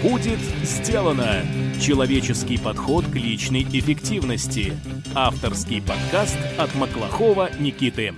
Будет сделано! Человеческий подход к личной эффективности. Авторский подкаст от Маклахова Никиты.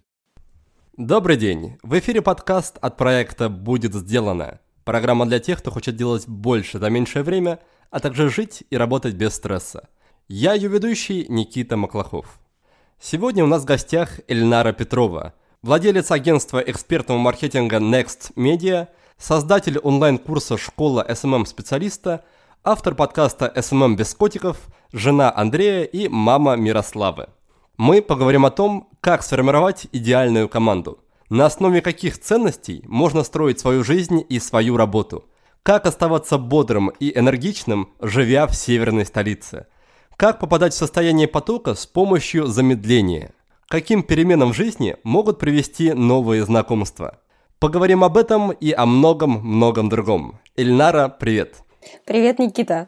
Добрый день! В эфире подкаст от проекта «Будет сделано». Программа для тех, кто хочет делать больше за меньшее время, а также жить и работать без стресса. Я ее ведущий Никита Маклахов. Сегодня у нас в гостях Эльнара Петрова, владелец агентства экспертного маркетинга Next Media, создатель онлайн-курса «Школа SMM-специалиста», автор подкаста SMM без котиков, жена Андрея и мама Мирославы. Мы поговорим о том, как сформировать идеальную команду, на основе каких ценностей можно строить свою жизнь и свою работу, как оставаться бодрым и энергичным, живя в северной столице, как попадать в состояние потока с помощью замедления, каким переменам в жизни могут привести новые знакомства. Поговорим об этом и о многом другом. Эльнара, привет! Привет, Никита!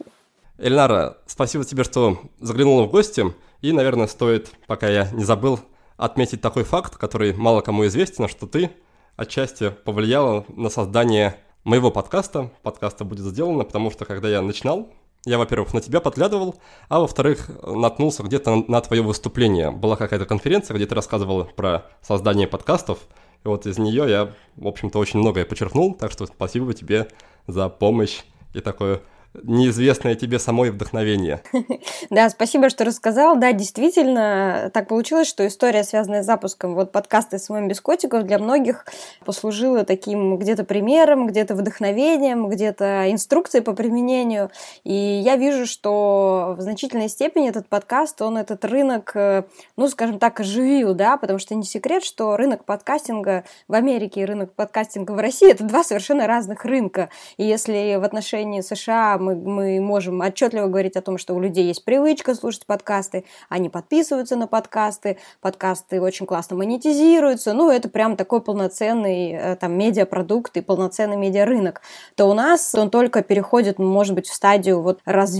Эльнара, спасибо тебе, что заглянула в гости. И, наверное, стоит, пока я не забыл, отметить такой факт, который мало кому известен, что ты отчасти повлияла на создание моего подкаста. Подкаста «Будет сделано», потому что, когда я начинал, я, во-первых, на тебя подглядывал, а во-вторых, наткнулся где-то на твое выступление. Была какая-то конференция, где ты рассказывала про создание подкастов, и вот из нее я, в общем-то, очень многое почерпнул, так что спасибо тебе за помощь и такое неизвестное тебе самой вдохновение. Да, спасибо, что рассказал. Да, действительно, так получилось, что история, связанная с запуском подкаста «СММ без котиков», для многих послужила таким где-то примером, где-то вдохновением, где-то инструкцией по применению. И я вижу, что в значительной степени этот подкаст, он этот рынок, скажем так, оживил, да, потому что не секрет, что рынок подкастинга в Америке и рынок подкастинга в России – это два совершенно разных рынка. И если в отношении США мы можем отчетливо говорить о том, что у людей есть привычка слушать подкасты, они подписываются на подкасты очень классно монетизируются, это прям такой полноценный медиапродукт и полноценный медиарынок, то у нас он только переходит, может быть, в стадию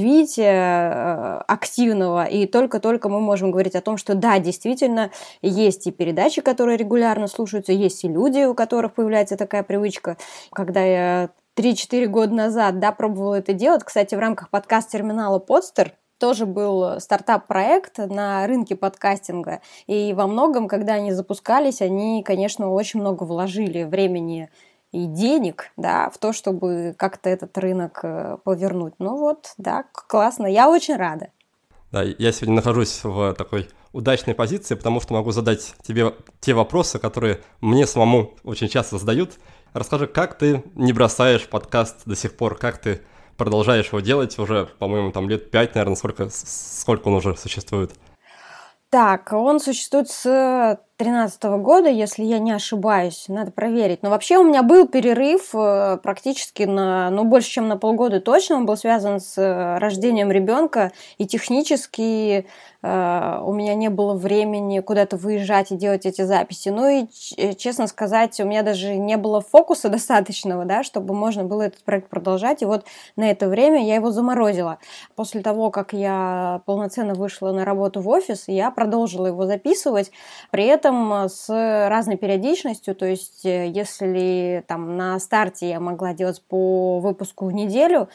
развития активного, и только-только мы можем говорить о том, что да, действительно, есть и передачи, которые регулярно слушаются, есть и люди, у которых появляется такая привычка. Когда я 3-4 года назад, пробовала это делать. Кстати, в рамках подкаст-терминала Podster тоже был стартап-проект на рынке подкастинга. И во многом, когда они запускались, они, конечно, очень много вложили времени и денег, в то, чтобы как-то этот рынок повернуть. Классно. Я очень рада. Да, я сегодня нахожусь в такой удачной позиции, потому что могу задать тебе те вопросы, которые мне самому очень часто задают. Расскажи, как ты не бросаешь подкаст до сих пор, как ты продолжаешь его делать уже, по-моему, лет 5, наверное, сколько он уже существует? Так, он существует с 2013 года, если я не ошибаюсь, надо проверить. Но вообще у меня был перерыв практически больше, чем на полгода точно. Он был связан с рождением ребенка, и технически у меня не было времени куда-то выезжать и делать эти записи. Честно сказать, у меня даже не было фокуса достаточного, чтобы можно было этот проект продолжать. И на это время я его заморозила. После того, как я полноценно вышла на работу в офис, я продолжила его записывать. При этом с разной периодичностью, то есть если на старте я могла делать по выпуску в неделю,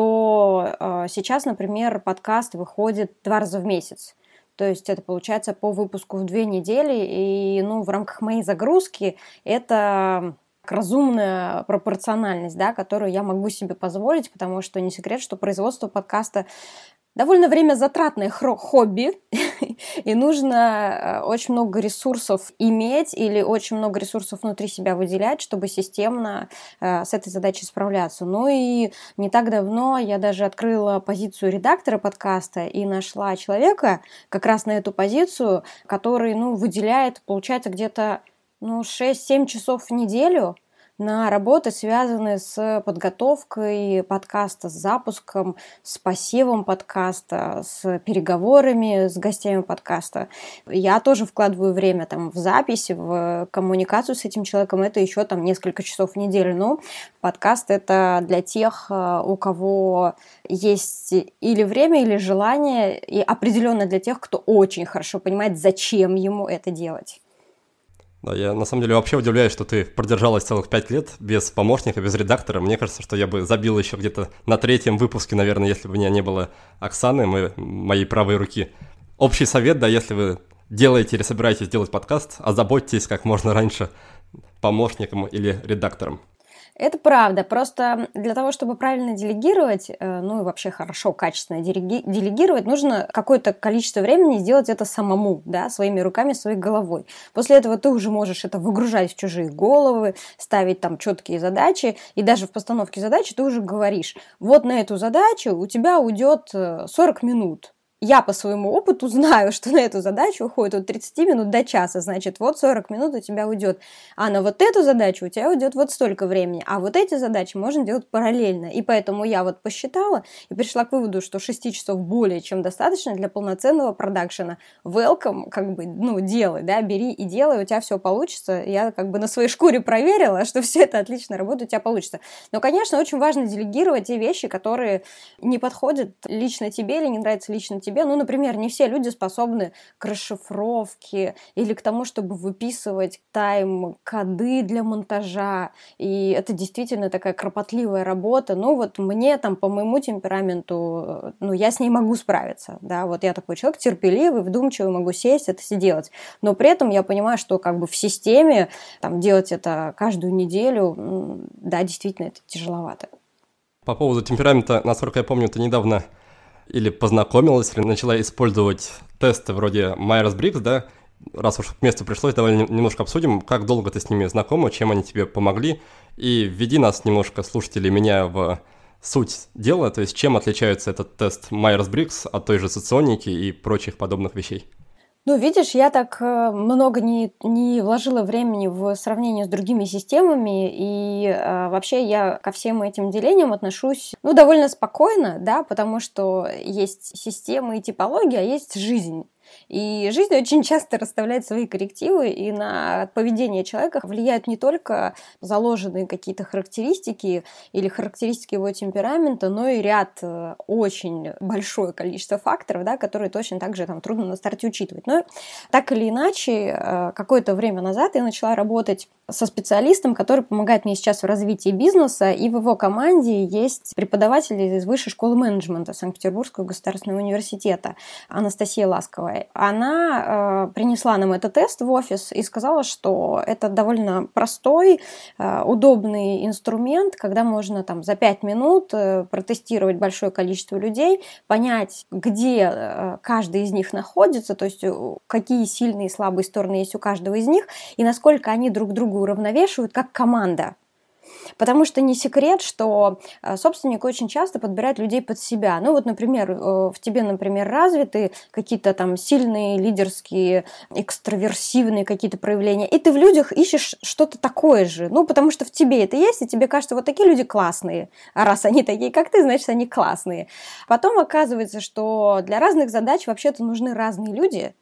то сейчас, например, подкаст выходит 2 раза в месяц. То есть это получается по выпуску в 2 недели, и в рамках моей загрузки это разумная пропорциональность, которую я могу себе позволить, потому что не секрет, что производство подкаста довольно времязатратное хобби, и нужно очень много ресурсов иметь или очень много ресурсов внутри себя выделять, чтобы системно с этой задачей справляться. И не так давно я даже открыла позицию редактора подкаста и нашла человека как раз на эту позицию, который выделяет, получается, где-то 6-7 часов в неделю на работы, связанные с подготовкой подкаста, с запуском, с посевом подкаста, с переговорами с гостями подкаста. Я тоже вкладываю время в запись, в коммуникацию с этим человеком. Это еще несколько часов в неделю. Но подкаст — это для тех, у кого есть или время, или желание, и определенно для тех, кто очень хорошо понимает, зачем ему это делать. Да, я на самом деле вообще удивляюсь, что ты продержалась целых 5 лет без помощника, без редактора. Мне кажется, что я бы забил еще где-то на 3-м выпуске, наверное, если бы у меня не было Оксаны, моей правой руки. Общий совет, да, если вы делаете или собираетесь делать подкаст, озаботьтесь как можно раньше помощником или редактором. Это правда. Просто для того, чтобы правильно делегировать, ну и вообще хорошо, качественно делегировать, нужно какое-то количество времени сделать это самому, да, своими руками, своей головой. После этого ты уже можешь это выгружать в чужие головы, ставить там четкие задачи, и даже в постановке задачи ты уже говоришь, вот на эту задачу у тебя уйдет 40 минут. Я по своему опыту знаю, что на эту задачу уходит от 30 минут до часа, значит, вот 40 минут у тебя уйдет. А на вот эту задачу у тебя уйдет вот столько времени. А вот эти задачи можно делать параллельно. И поэтому я вот посчитала и пришла к выводу, что 6 часов более чем достаточно для полноценного продакшена. Welcome, как бы, ну, делай, да, бери и делай, у тебя все получится. Я как бы на своей шкуре проверила, что все это отлично работает, у тебя получится. Но, конечно, очень важно делегировать те вещи, которые не подходят лично тебе или не нравятся лично тебе. Ну, например, не все люди способны к расшифровке или к тому, чтобы выписывать тайм-коды для монтажа. И это действительно такая кропотливая работа. Ну, вот мне там по моему темпераменту, ну, я с ней могу справиться. Да, вот я такой человек терпеливый, вдумчивый, могу сесть, это все делать. Но при этом я понимаю, что как бы в системе там делать это каждую неделю, да, действительно, это тяжеловато. По поводу темперамента, насколько я помню, ты недавно или познакомилась, или начала использовать тесты вроде Myers-Briggs, да? Раз уж к месту пришлось, давай немножко обсудим, как долго ты с ними знакома, чем они тебе помогли, и введи нас немножко, слушатели, меня в суть дела, то есть чем отличается этот тест Myers-Briggs от той же соционики и прочих подобных вещей. Ну, видишь, я так много не вложила времени в сравнение с другими системами, и вообще я ко всем этим делениям отношусь, ну, довольно спокойно, да, потому что есть системы и типология, а есть жизнь. И жизнь очень часто расставляет свои коррективы, и на поведение человека влияют не только заложенные какие-то характеристики или характеристики его темперамента, но и ряд очень большое количество факторов, да, которые точно так же там трудно на старте учитывать. Но так или иначе, какое-то время назад я начала работать со специалистом, который помогает мне сейчас в развитии бизнеса, и в его команде есть преподаватель из Высшей школы менеджмента Санкт-Петербургского государственного университета Анастасия Ласковая. Она принесла нам этот тест в офис и сказала, что это довольно простой, удобный инструмент, когда можно там за 5 минут протестировать большое количество людей, понять, где каждый из них находится, то есть какие сильные и слабые стороны есть у каждого из них, и насколько они друг друга уравновешивают как команда. Потому что не секрет, что собственник очень часто подбирает людей под себя. Ну вот, например, в тебе, например, развиты какие-то там сильные, лидерские, экстраверсивные какие-то проявления, и ты в людях ищешь что-то такое же. Ну, потому что в тебе это есть, и тебе кажется, вот такие люди классные. А раз они такие, как ты, значит, они классные. Потом оказывается, что для разных задач вообще-то нужны разные люди.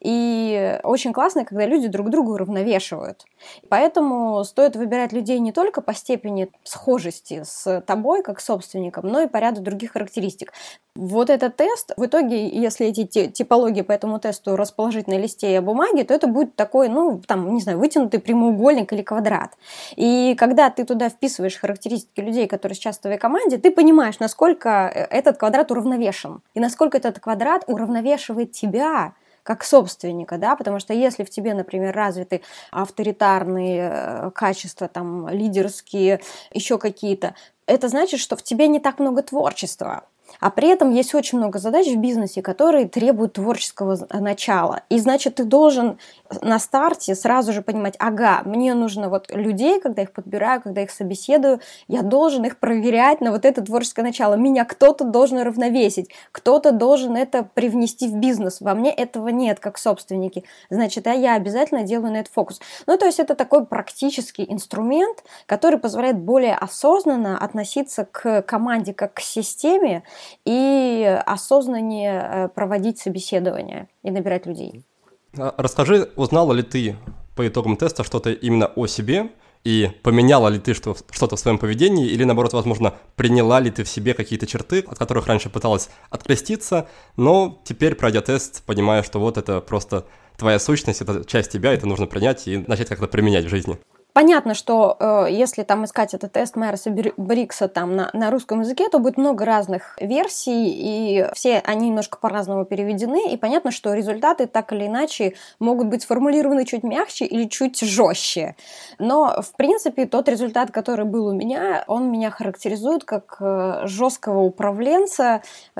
И очень классно, когда люди друг друга уравновешивают. Поэтому стоит выбирать людей не только по степени схожести с тобой, как собственником, но и по ряду других характеристик. Вот этот тест, в итоге, если эти типологии по этому тесту расположить на листе бумаги, то это будет такой, ну, там, не знаю, вытянутый прямоугольник или квадрат. И когда ты туда вписываешь характеристики людей, которые сейчас в твоей команде, ты понимаешь, насколько этот квадрат уравновешен, и насколько этот квадрат уравновешивает тебя, как собственника, да, потому что если в тебе, например, развиты авторитарные качества, там, лидерские, еще какие-то, это значит, что в тебе не так много творчества. А при этом есть очень много задач в бизнесе, которые требуют творческого начала. И значит, ты должен на старте сразу же понимать, ага, мне нужно вот людей, когда их подбираю, когда их собеседую, я должен их проверять на вот это творческое начало. Меня кто-то должен равновесить, кто-то должен это привнести в бизнес. Во мне этого нет, как собственники. Значит, я обязательно делаю на это фокус. Ну, то есть это такой практический инструмент, который позволяет более осознанно относиться к команде как к системе, и осознаннее проводить собеседование и набирать людей. Расскажи, узнала ли ты по итогам теста что-то именно о себе, и поменяла ли ты что-то в своем поведении, или наоборот, возможно, приняла ли ты в себе какие-то черты, от которых раньше пыталась откреститься, но теперь, пройдя тест, понимаешь, что вот это просто твоя сущность, это часть тебя, это нужно принять и начать как-то применять в жизни. Понятно, что если там искать этот тест Майерса-Бриггса там на русском языке, то будет много разных версий, и все они немножко по-разному переведены, и понятно, что результаты так или иначе могут быть сформулированы чуть мягче или чуть жестче. Но, в принципе, тот результат, который был у меня, он меня характеризует как жесткого управленца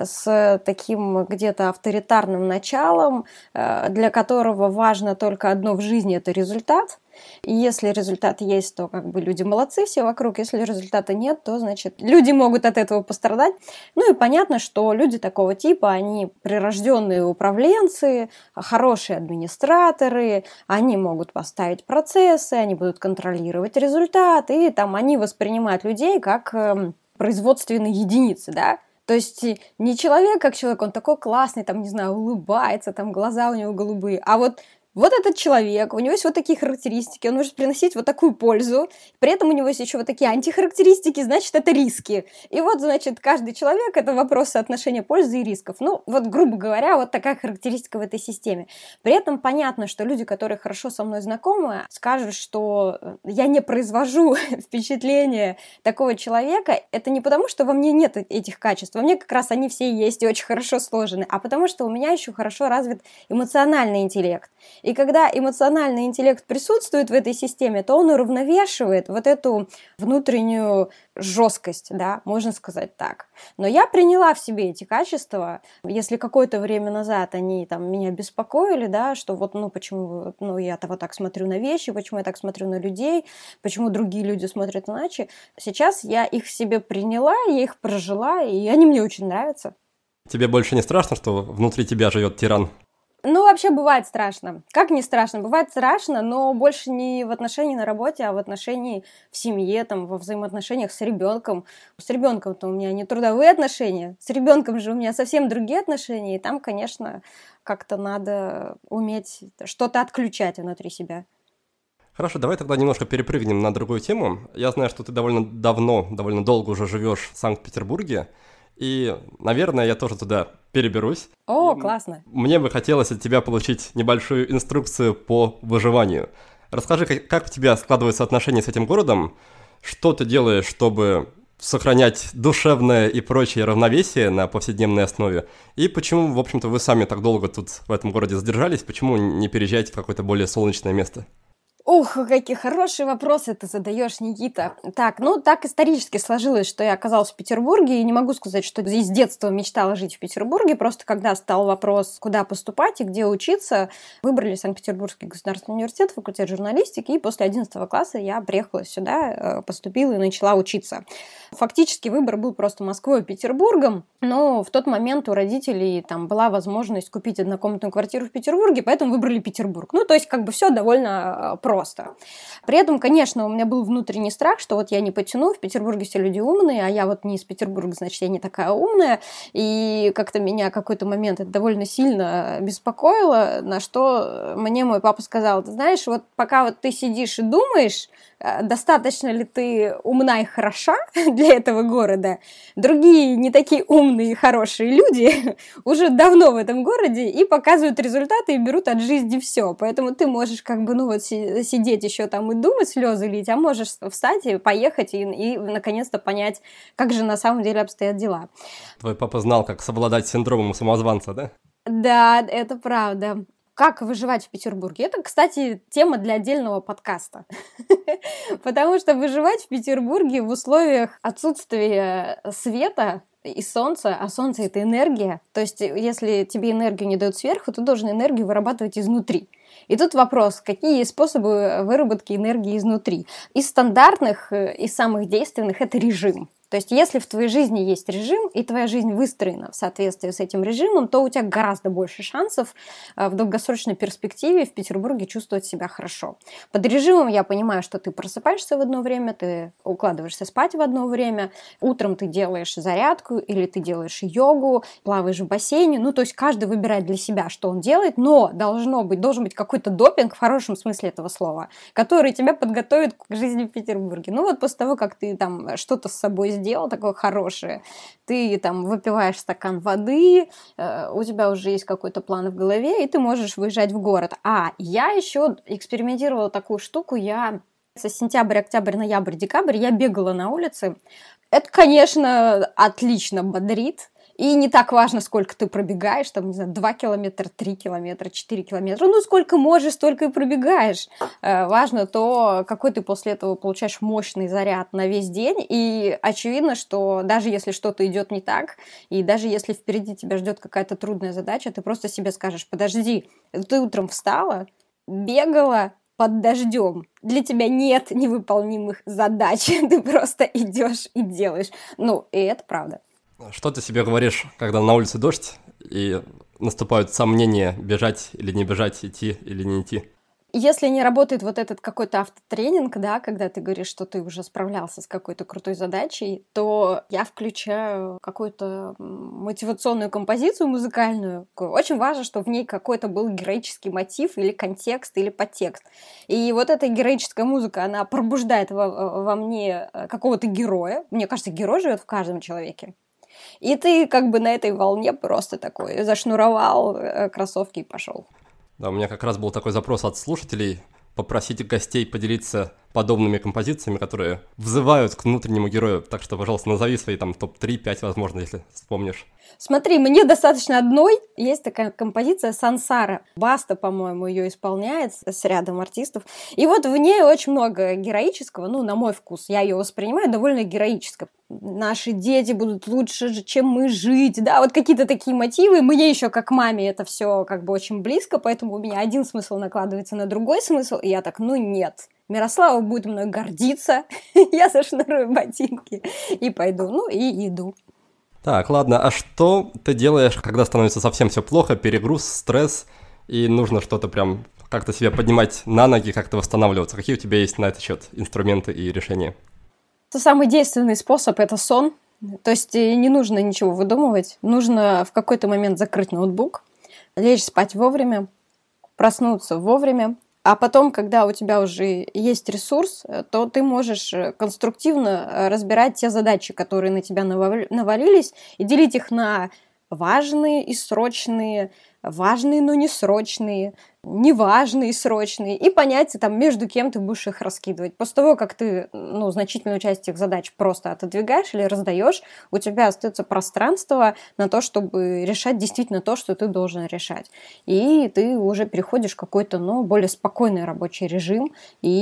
с таким где-то авторитарным началом, для которого важно только одно в жизни – это результат. И если результат есть, то как бы люди молодцы все вокруг. Если результата нет, то, значит, люди могут от этого пострадать. Ну и понятно, что люди такого типа, они прирожденные управленцы, хорошие администраторы, они могут поставить процессы, они будут контролировать результаты, и там они воспринимают людей как производственные единицы, да. То есть не человек как человек, он такой классный, там, не знаю, улыбается, там глаза у него голубые, а вот этот человек, у него есть вот такие характеристики, он может приносить вот такую пользу, при этом у него есть еще вот такие антихарактеристики, значит, это риски. И вот, значит, каждый человек – это вопрос соотношения пользы и рисков. Ну, вот, грубо говоря, вот такая характеристика в этой системе. При этом понятно, что люди, которые хорошо со мной знакомы, скажут, что я не произвожу впечатление такого человека. Это не потому, что во мне нет этих качеств, во мне как раз они все есть и очень хорошо сложены, а потому что у меня еще хорошо развит эмоциональный интеллект. И когда эмоциональный интеллект присутствует в этой системе, то он уравновешивает вот эту внутреннюю жесткость, да, можно сказать так. Но я приняла в себе эти качества. Если какое-то время назад они там меня беспокоили, да, что вот, почему, я-то вот так смотрю на вещи, почему я так смотрю на людей, почему другие люди смотрят иначе. Сейчас я их в себе приняла, я их прожила, и они мне очень нравятся. Тебе больше не страшно, что внутри тебя живет тиран? Вообще бывает страшно. Как не страшно? Бывает страшно, но больше не в отношении на работе, а в отношении в семье, там, во взаимоотношениях с ребенком. С ребенком-то у меня не трудовые отношения, с ребенком же у меня совсем другие отношения, и там, конечно, как-то надо уметь что-то отключать внутри себя. Хорошо, давай тогда немножко перепрыгнем на другую тему. Я знаю, что ты довольно долго уже живешь в Санкт-Петербурге, и, наверное, я тоже туда переберусь. О, классно. Мне бы хотелось от тебя получить небольшую инструкцию по выживанию. Расскажи, как у тебя складываются отношения с этим городом, что ты делаешь, чтобы сохранять душевное и прочее равновесие на повседневной основе, и почему, в общем-то, вы сами так долго тут в этом городе задержались, почему не переезжаете в какое-то более солнечное место? Ух, какие хорошие вопросы ты задаешь, Никита. Так исторически сложилось, что я оказалась в Петербурге, и не могу сказать, что здесь с детства мечтала жить в Петербурге, просто когда стал вопрос, куда поступать и где учиться, выбрали Санкт-Петербургский государственный университет, факультет журналистики, и после 11 класса я приехала сюда, поступила и начала учиться. Фактически выбор был просто Москвой и Петербургом, но в тот момент у родителей там была возможность купить однокомнатную квартиру в Петербурге, поэтому выбрали Петербург. То есть все довольно просто. При этом, конечно, у меня был внутренний страх, что вот я не потяну, в Петербурге все люди умные, а я вот не из Петербурга, значит, я не такая умная, и как-то меня какой-то момент это довольно сильно беспокоило, на что мне мой папа сказал: ты знаешь, вот пока вот ты сидишь и думаешь, достаточно ли ты умна и хороша для этого города, другие не такие умные и хорошие люди уже давно в этом городе и показывают результаты и берут от жизни все, поэтому ты можешь сидеть еще там и думать, слезы лить, а можешь встать и поехать и наконец-то понять, как же на самом деле обстоят дела. Твой папа знал, как совладать с синдромом самозванца, да? Да, это правда. Как выживать в Петербурге? Это, кстати, тема для отдельного подкаста. Потому что выживать в Петербурге в условиях отсутствия света и солнца, а солнце — это энергия. То есть, если тебе энергию не дают сверху, ты должен энергию вырабатывать изнутри. И тут вопрос, какие есть способы выработки энергии изнутри? Из стандартных, из самых действенных — это режим. То есть, если в твоей жизни есть режим, и твоя жизнь выстроена в соответствии с этим режимом, то у тебя гораздо больше шансов в долгосрочной перспективе в Петербурге чувствовать себя хорошо. Под режимом я понимаю, что ты просыпаешься в одно время, ты укладываешься спать в одно время, утром ты делаешь зарядку или ты делаешь йогу, плаваешь в бассейне. То есть, каждый выбирает для себя, что он делает, но должен быть какой-то допинг в хорошем смысле этого слова, который тебя подготовит к жизни в Петербурге. После того, как ты там что-то с собой сделал, дело такое хорошее. Ты там выпиваешь стакан воды, у тебя уже есть какой-то план в голове, и ты можешь выезжать в город. А я еще экспериментировала такую штуку, с сентября, октябрь, ноябрь, декабрь я бегала на улице. Это, конечно, отлично бодрит. И не так важно, сколько ты пробегаешь, там, не знаю, 2 километра, 3 километра, 4 километра. Ну, сколько можешь, столько и пробегаешь. Важно то, какой ты после этого получаешь мощный заряд на весь день. И очевидно, что даже если что-то идет не так, и даже если впереди тебя ждет какая-то трудная задача, ты просто себе скажешь: подожди, ты утром встала, бегала под дождем. Для тебя нет невыполнимых задач. Ты просто идешь и делаешь. Ну, и это правда. Что ты себе говоришь, когда на улице дождь и наступают сомнения, бежать или не бежать, идти или не идти? Если не работает вот этот какой-то автотренинг, да, когда ты говоришь, что ты уже справлялся с какой-то крутой задачей, то я включаю какую-то мотивационную композицию музыкальную. Очень важно, что в ней какой-то был героический мотив или контекст, или подтекст. И вот эта героическая музыка, она пробуждает во мне какого-то героя. Мне кажется, герой живет в каждом человеке. И ты как бы на этой волне просто такой зашнуровал кроссовки и пошел. Да, у меня как раз был такой запрос от слушателей попросить гостей поделиться подобными композициями, которые взывают к внутреннему герою. Так что, пожалуйста, назови свои там топ-3, 5, возможно, если вспомнишь. Смотри, мне достаточно одной. Есть такая композиция «Сансара». Баста, по-моему, ее исполняет с рядом артистов. И вот в ней очень много героического, ну, на мой вкус. Я ее воспринимаю довольно героически. Наши дети будут лучше, чем мы, жить. Да, вот какие-то такие мотивы. Мне еще, как маме, это все как бы очень близко, поэтому у меня один смысл накладывается на другой смысл, и я так, ну, нет. Мирослава будет мной гордиться, я зашнурую ботинки и пойду, ну и иду. Так, ладно, а что ты делаешь, когда становится совсем все плохо, перегруз, стресс, и нужно что-то прям как-то себя поднимать на ноги, как-то восстанавливаться? Какие у тебя есть на этот счет инструменты и решения? Самый действенный способ – это сон. То есть не нужно ничего выдумывать, нужно в какой-то момент закрыть ноутбук, лечь спать вовремя, проснуться вовремя. А потом, когда у тебя уже есть ресурс, то ты можешь конструктивно разбирать те задачи, которые на тебя навалились, и делить их на важные и срочные, важные, но не срочные, неважные и срочные, и понять, там, между кем ты будешь их раскидывать. После того, как ты, значительную часть этих задач просто отодвигаешь или раздаешь, у тебя остается пространство на то, чтобы решать действительно то, что ты должен решать. И ты уже переходишь в какой-то, более спокойный рабочий режим,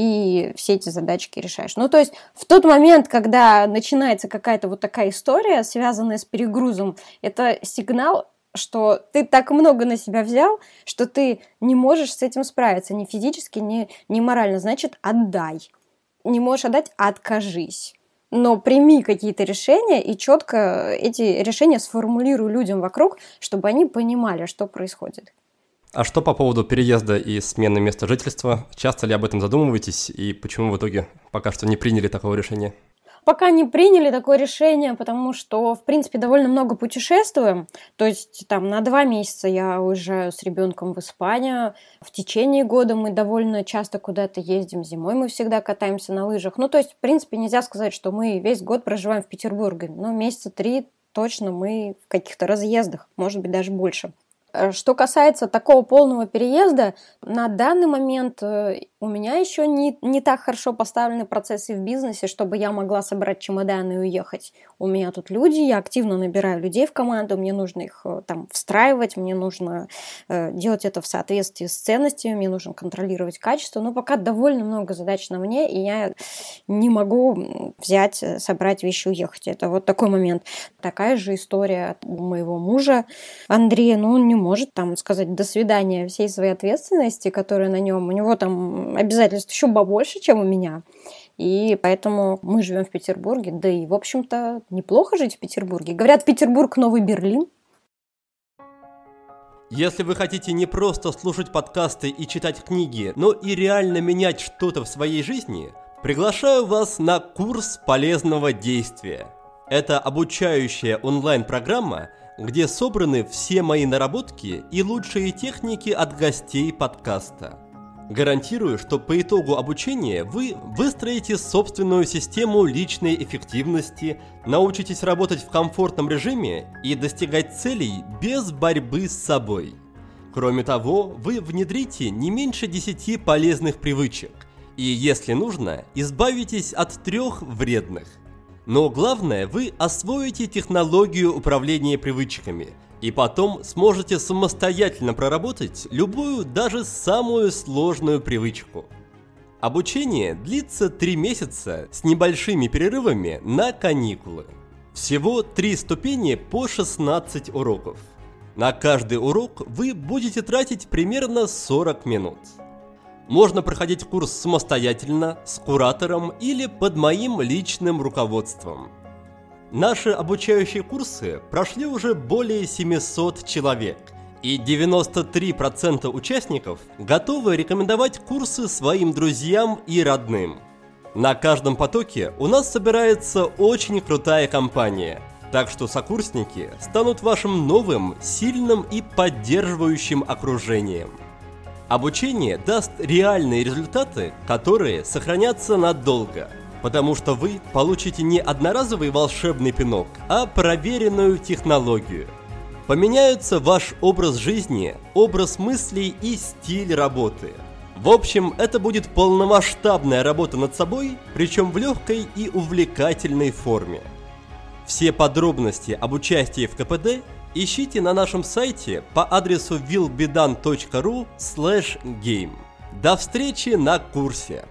и все эти задачки решаешь. То есть в тот момент, когда начинается какая-то вот такая история, связанная с перегрузом, это сигнал, что ты так много на себя взял, что ты не можешь с этим справиться ни физически, ни морально. Значит, отдай. Не можешь отдать – откажись. Но прими какие-то решения и четко эти решения сформулируй людям вокруг, чтобы они понимали, что происходит. А что по поводу переезда и смены места жительства? Часто ли об этом задумываетесь и почему в итоге пока что не приняли такого решения? Пока не приняли такое решение, потому что, в принципе, довольно много путешествуем. То есть там на 2 месяца я уезжаю с ребенком в Испанию. В течение года мы довольно часто куда-то ездим. Зимой мы всегда катаемся на лыжах. То есть, в принципе, нельзя сказать, что мы весь год проживаем в Петербурге. Но месяца 3 точно мы в каких-то разъездах, может быть, даже больше. Что касается такого полного переезда, на данный момент у меня еще не так хорошо поставлены процессы в бизнесе, чтобы я могла собрать чемоданы и уехать. У меня тут люди, я активно набираю людей в команду, мне нужно их там встраивать, мне нужно делать это в соответствии с ценностями, мне нужно контролировать качество, но пока довольно много задач на мне, и я не могу взять, собрать вещи и уехать. Это вот такой момент. Такая же история у моего мужа Андрея, он не может там сказать «до свидания» всей своей ответственности, которая на нем. У него там обязательств еще побольше, чем у меня. И поэтому мы живем в Петербурге. Да и, в общем-то, неплохо жить в Петербурге. Говорят, Петербург – новый Берлин. Если вы хотите не просто слушать подкасты и читать книги, но и реально менять что-то в своей жизни, приглашаю вас на курс полезного действия. Это обучающая онлайн-программа, где собраны все мои наработки и лучшие техники от гостей подкаста. Гарантирую, что по итогу обучения вы выстроите собственную систему личной эффективности, научитесь работать в комфортном режиме и достигать целей без борьбы с собой. Кроме того, вы внедрите не меньше 10 полезных привычек и, если нужно, избавитесь от 3 вредных. Но главное, вы освоите технологию управления привычками и потом сможете самостоятельно проработать любую, даже самую сложную привычку. Обучение длится 3 месяца с небольшими перерывами на каникулы. Всего 3 ступени по 16 уроков. На каждый урок вы будете тратить примерно 40 минут. Можно проходить курс самостоятельно, с куратором или под моим личным руководством. Наши обучающие курсы прошли уже более 700 человек, и 93% участников готовы рекомендовать курсы своим друзьям и родным. На каждом потоке у нас собирается очень крутая компания, так что сокурсники станут вашим новым, сильным и поддерживающим окружением. Обучение даст реальные результаты, которые сохранятся надолго, потому что вы получите не одноразовый волшебный пинок, а проверенную технологию. Поменяются ваш образ жизни, образ мыслей и стиль работы. В общем, это будет полномасштабная работа над собой, причем в легкой и увлекательной форме. Все подробности об участии в КПД ищите на нашем сайте по адресу willbedan.ru/game. До встречи на курсе!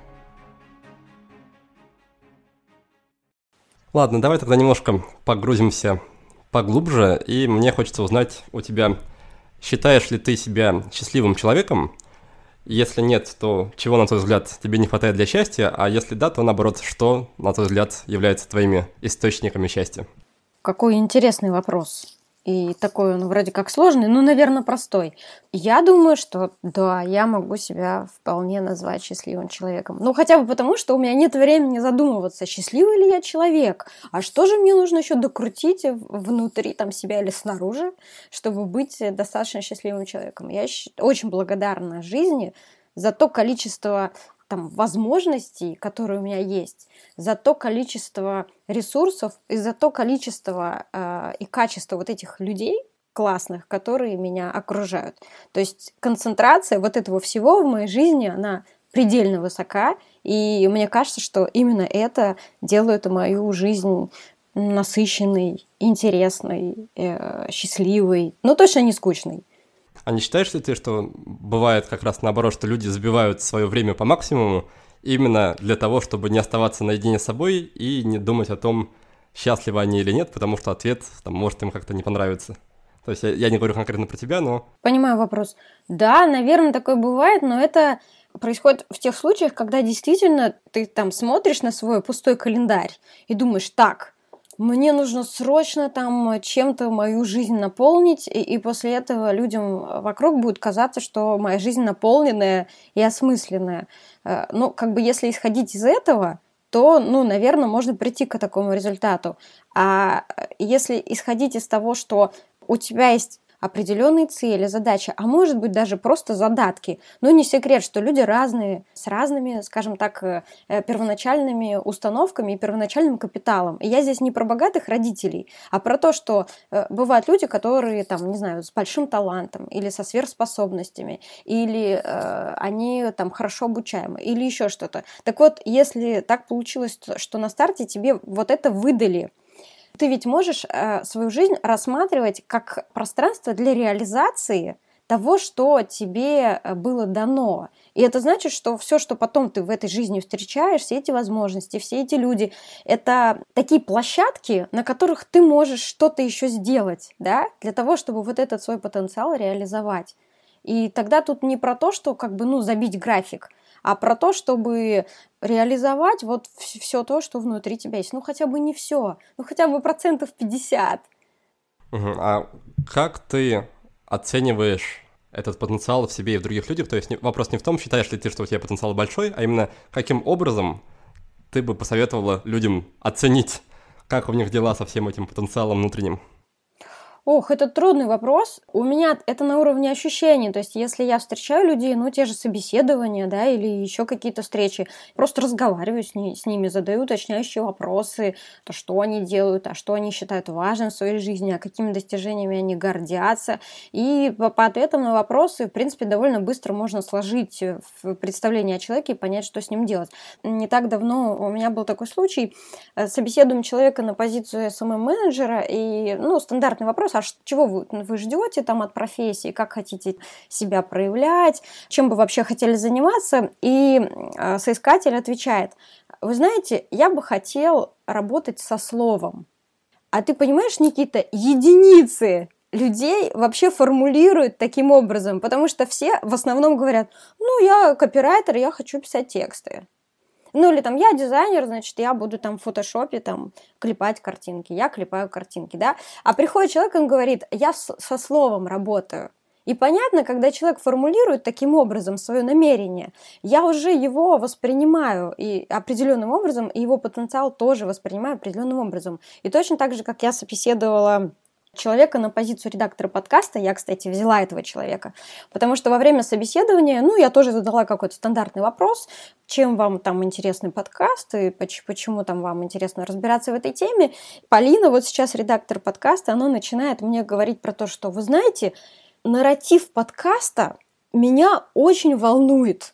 Ладно, давай тогда немножко погрузимся поглубже, и мне хочется узнать у тебя, считаешь ли ты себя счастливым человеком? Если нет, то чего, на твой взгляд, тебе не хватает для счастья, а если да, то наоборот, что, на твой взгляд, является твоими источниками счастья? Какой интересный вопрос. И такой он вроде как сложный, но, наверное, простой. Я думаю, что да, я могу себя вполне назвать счастливым человеком. Ну, хотя бы потому, что у меня нет времени задумываться, счастливый ли я человек, а что же мне нужно еще докрутить внутри там, себя или снаружи, чтобы быть достаточно счастливым человеком. Я очень благодарна жизни за то количество там, возможностей, которые у меня есть, за то количество ресурсов и за то количество и качество вот этих людей классных, которые меня окружают. То есть концентрация вот этого всего в моей жизни, она предельно высока, и мне кажется, что именно это делает мою жизнь насыщенной, интересной, счастливой, но точно не скучной. А не считаешь ли ты, что бывает как раз наоборот, что люди забивают свое время по максимуму именно для того, чтобы не оставаться наедине с собой и не думать о том, счастливы они или нет, потому что ответ там, может им как-то не понравиться? То есть я не говорю конкретно про тебя, но... Понимаю вопрос. Да, наверное, такое бывает, но это происходит в тех случаях, когда действительно ты там смотришь на свой пустой календарь и думаешь, так, мне нужно срочно там чем-то мою жизнь наполнить, и после этого людям вокруг будет казаться, что моя жизнь наполненная и осмысленная. Ну, как бы если исходить из этого, то, ну, наверное, можно прийти к такому результату. А если исходить из того, что у тебя есть определенные цели, задачи, а может быть даже просто задатки. Но не секрет, что люди разные, с разными, скажем так, первоначальными установками и первоначальным капиталом. И я здесь не про богатых родителей, а про то, что бывают люди, которые, там, не знаю, с большим талантом или со сверхспособностями, или они там хорошо обучаемы, или еще что-то. Так вот, если так получилось, что на старте тебе вот это выдали, ты ведь можешь свою жизнь рассматривать как пространство для реализации того, что тебе было дано. И это значит, что все, что потом ты в этой жизни встречаешь, все эти возможности, все эти люди, это такие площадки, на которых ты можешь что-то еще сделать, да, для того, чтобы вот этот свой потенциал реализовать. И тогда тут не про то, что как бы, ну, забить график, а про то, чтобы реализовать вот все то, что внутри тебя есть. Ну, хотя бы не все, ну, хотя бы 50%. А как ты оцениваешь этот потенциал в себе и в других людях? То есть вопрос не в том, считаешь ли ты, что у тебя потенциал большой, а именно каким образом ты бы посоветовала людям оценить, как у них дела со всем этим потенциалом внутренним? Ох, это трудный вопрос. У меня это на уровне ощущений. То есть, если я встречаю людей, те же собеседования, да, или еще какие-то встречи, просто разговариваю с ними, задаю уточняющие вопросы, то, что они делают, а что они считают важным в своей жизни, а какими достижениями они гордятся. И по ответам на вопросы, в принципе, довольно быстро можно сложить в представление о человеке и понять, что с ним делать. Не так давно у меня был такой случай. Собеседуем человека на позицию SMM-менеджера, и, стандартный вопрос, а чего вы ждете там от профессии, как хотите себя проявлять, чем бы вообще хотели заниматься, и соискатель отвечает: вы знаете, я бы хотел работать со словом. А ты понимаешь, Никита, единицы людей вообще формулируют таким образом, потому что все в основном говорят: я копирайтер, я хочу писать тексты. Или я дизайнер, значит, я буду в фотошопе клепать картинки, я клепаю картинки, да. А приходит человек, он говорит: я со словом работаю. И понятно, когда человек формулирует таким образом свое намерение, я уже его воспринимаю и определенным образом, и его потенциал тоже воспринимаю определенным образом. И точно так же, как я собеседовала человека на позицию редактора подкаста, я, кстати, взяла этого человека, потому что во время собеседования, я тоже задала какой-то стандартный вопрос: чем вам интересны подкасты, почему вам интересно разбираться в этой теме. Полина, вот сейчас редактор подкаста, она начинает мне говорить про то, что, вы знаете, нарратив подкаста меня очень волнует.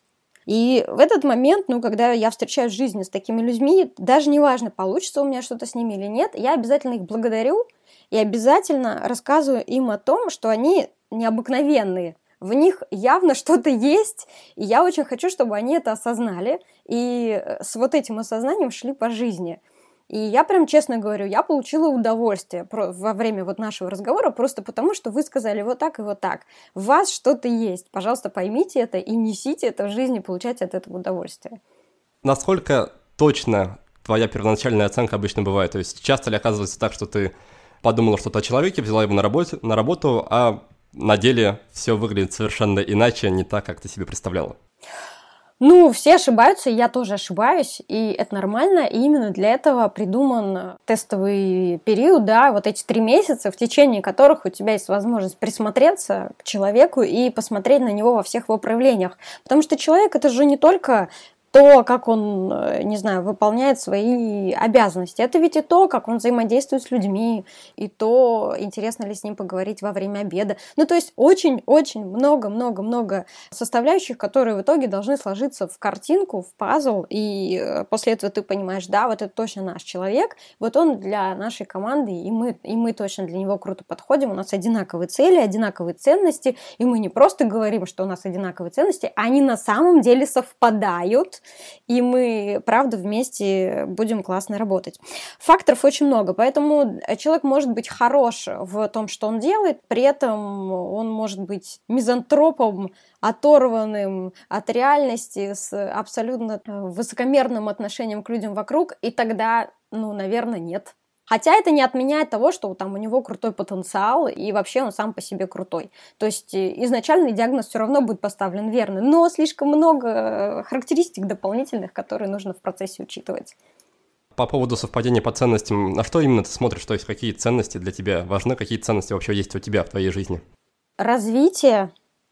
И в этот момент, когда я встречаюсь в жизни с такими людьми, даже неважно, получится у меня что-то с ними или нет, я обязательно их благодарю и обязательно рассказываю им о том, что они необыкновенные. В них явно что-то есть, и я очень хочу, чтобы они это осознали, и с вот этим осознанием шли по жизни. И я прям честно говорю, я получила удовольствие во время нашего разговора просто потому, что вы сказали вот так и вот так. В вас что-то есть. Пожалуйста, поймите это и несите это в жизнь, и получайте от этого удовольствие. Насколько точно твоя первоначальная оценка обычно бывает? То есть часто ли оказывается так, что ты подумала что-то о человеке, взяла его на работу, а на деле все выглядит совершенно иначе, не так, как ты себе представляла? Все ошибаются, я тоже ошибаюсь, и это нормально, и именно для этого придуман тестовый период, да, вот эти 3 месяца, в течение которых у тебя есть возможность присмотреться к человеку и посмотреть на него во всех его проявлениях, потому что человек — это же не только то, как он, выполняет свои обязанности. Это ведь и то, как он взаимодействует с людьми, и то, интересно ли с ним поговорить во время обеда. То есть очень-очень много-много-много составляющих, которые в итоге должны сложиться в картинку, в пазл, и после этого ты понимаешь: да, вот это точно наш человек, вот он для нашей команды, и мы точно для него круто подходим, у нас одинаковые цели, одинаковые ценности, и мы не просто говорим, что у нас одинаковые ценности, они на самом деле совпадают, и мы, правда, вместе будем классно работать. Факторов очень много, поэтому человек может быть хорош в том, что он делает, при этом он может быть мизантропом, оторванным от реальности, с абсолютно высокомерным отношением к людям вокруг, и тогда, наверное, нет. Хотя это не отменяет того, что у него крутой потенциал, и вообще он сам по себе крутой. То есть изначальный диагноз все равно будет поставлен верно, но слишком много характеристик дополнительных, которые нужно в процессе учитывать. По поводу совпадения по ценностям, на что именно ты смотришь? То есть какие ценности для тебя важны, какие ценности вообще есть у тебя в твоей жизни? Развитие,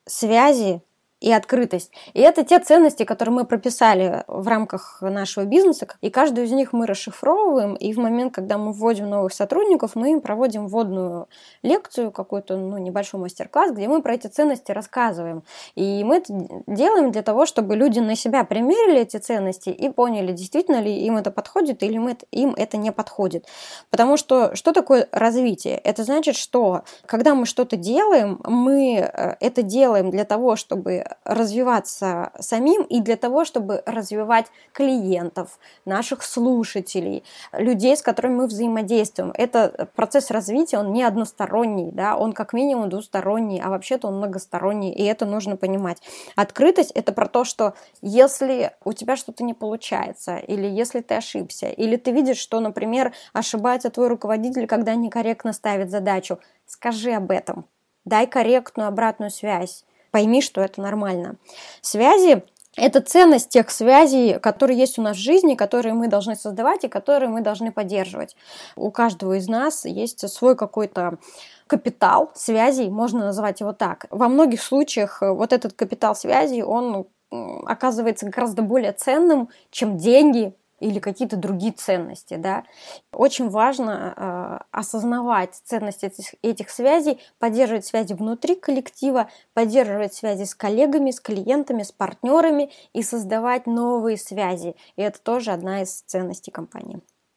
связи и открытость. И это те ценности, которые мы прописали в рамках нашего бизнеса, и каждую из них мы расшифровываем, и в момент, когда мы вводим новых сотрудников, мы им проводим вводную лекцию, какой-то небольшой мастер-класс, где мы про эти ценности рассказываем. И мы это делаем для того, чтобы люди на себя примерили эти ценности и поняли, действительно ли им это подходит или им это не подходит. Потому что такое развитие? Это значит, что когда мы что-то делаем, мы это делаем для того, чтобы развиваться самим и для того, чтобы развивать клиентов, наших слушателей, людей, с которыми мы взаимодействуем. Это процесс развития, он не односторонний, да, он как минимум двусторонний, а вообще-то он многосторонний, и это нужно понимать. Открытость — это про то, что если у тебя что-то не получается, или если ты ошибся, или ты видишь, что, например, ошибается твой руководитель, когда некорректно ставит задачу, скажи об этом, дай корректную обратную связь. Пойми, что это нормально. Связи Это ценность тех связей, которые есть у нас в жизни, которые мы должны создавать и которые мы должны поддерживать. У каждого из нас есть свой какой-то капитал связей, можно назвать его так. Во многих случаях вот этот капитал связей, он оказывается гораздо более ценным, чем деньги или какие-то другие ценности, да. Очень важно осознавать ценность этих связей, поддерживать связи внутри коллектива, поддерживать связи с коллегами, с клиентами, с партнерами и создавать новые связи. И это тоже одна из ценностей компании.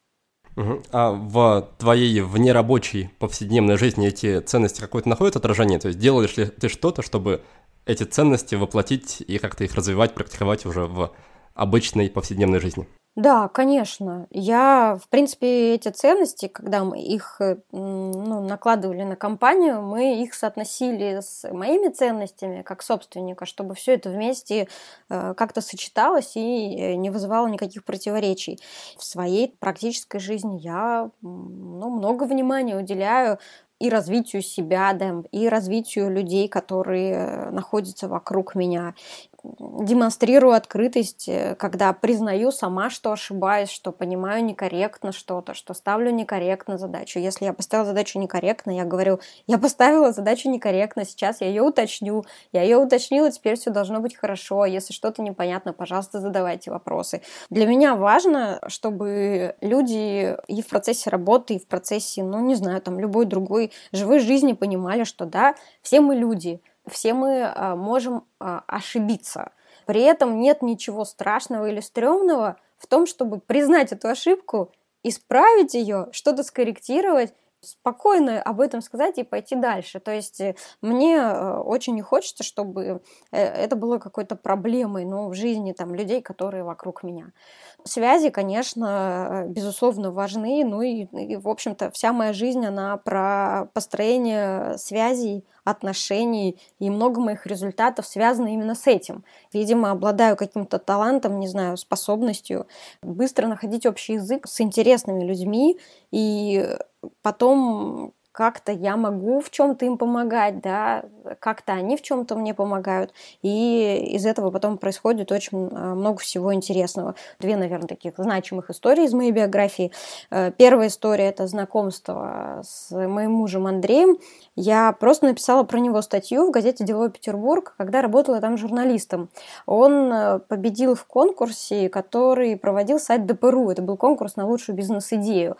А в твоей внерабочей повседневной жизни эти ценности какое-то находят отражение? То есть делаешь ли ты что-то, чтобы эти ценности воплотить и как-то их развивать, практиковать уже в обычной повседневной жизни? Да, конечно. Я, в принципе, эти ценности, когда мы их накладывали на компанию, мы их соотносили с моими ценностями как собственника, чтобы все это вместе как-то сочеталось и не вызывало никаких противоречий. В своей практической жизни я много внимания уделяю и развитию себя, да, и развитию людей, которые находятся вокруг меня. Демонстрирую открытость, когда признаю сама, что ошибаюсь, что понимаю некорректно что-то, что ставлю некорректно задачу. Если я поставила задачу некорректно, я говорю, я поставила задачу некорректно, сейчас я ее уточню, я ее уточнила, теперь все должно быть хорошо. Если что-то непонятно, пожалуйста, задавайте вопросы. Для меня важно, чтобы люди и в процессе работы, и в процессе, любой другой живой жизни понимали, что да, все мы люди, все мы можем ошибиться. При этом нет ничего страшного или стрёмного в том, чтобы признать эту ошибку, исправить ее, что-то скорректировать, спокойно об этом сказать и пойти дальше. То есть мне очень не хочется, чтобы это было какой-то проблемой, в жизни людей, которые вокруг меня. Связи, конечно, безусловно, важны, и, в общем-то, вся моя жизнь, она про построение связей, отношений, и много моих результатов связано именно с этим. Видимо, обладаю каким-то талантом, способностью быстро находить общий язык с интересными людьми, и потом как-то я могу в чем-то им помогать, да, как-то они в чем-то мне помогают, и из этого потом происходит очень много всего интересного. 2, наверное, таких значимых историй из моей биографии. Первая история – это знакомство с моим мужем Андреем. Я просто написала про него статью в газете «Деловой Петербург», когда работала там журналистом. Он победил в конкурсе, который проводил сайт ДПРУ. Это был конкурс на лучшую бизнес-идею.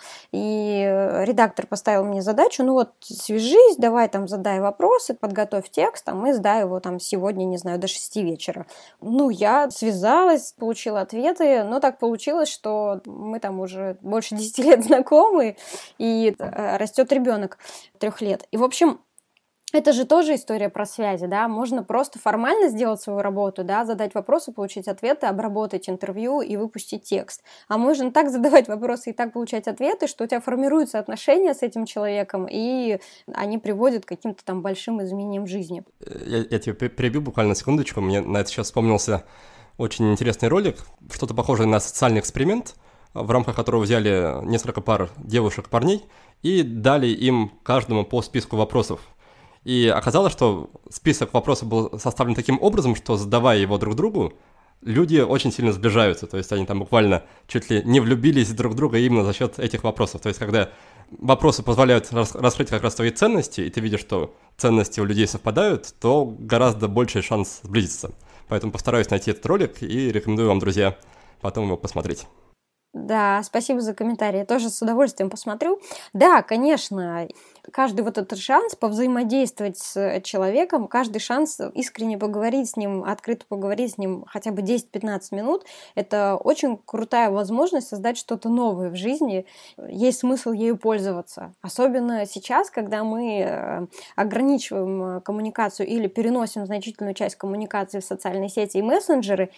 И редактор поставил мне задачу, свяжись, давай задай вопросы, подготовь текст, мы сдай его сегодня, до 6 вечера. Я связалась, получила ответы, но так получилось, что мы уже больше 10 лет знакомы, и растет ребенок 3 лет. И, в общем, это же тоже история про связи, да, можно просто формально сделать свою работу, да, задать вопросы, получить ответы, обработать интервью и выпустить текст. А можно так задавать вопросы и так получать ответы, что у тебя формируются отношения с этим человеком, и они приводят к каким-то большим изменениям в жизни. Я тебя перебью буквально на секундочку, мне на это сейчас вспомнился очень интересный ролик, что-то похожее на социальный эксперимент, в рамках которого взяли несколько пар девушек и парней и дали им каждому по списку вопросов. И оказалось, что список вопросов был составлен таким образом, что, задавая его друг другу, люди очень сильно сближаются. То есть они буквально чуть ли не влюбились друг в друга именно за счет этих вопросов. То есть когда вопросы позволяют раскрыть как раз твои ценности, и ты видишь, что ценности у людей совпадают, то гораздо больший шанс сблизиться. Поэтому постараюсь найти этот ролик и рекомендую вам, друзья, потом его посмотреть. Да, спасибо за комментарий. Я тоже с удовольствием посмотрю. Да, конечно, каждый этот шанс повзаимодействовать с человеком, каждый шанс искренне поговорить с ним, открыто поговорить с ним хотя бы 10-15 минут, это очень крутая возможность создать что-то новое в жизни. Есть смысл ею пользоваться. Особенно сейчас, когда мы ограничиваем коммуникацию или переносим значительную часть коммуникации в социальные сети и мессенджеры,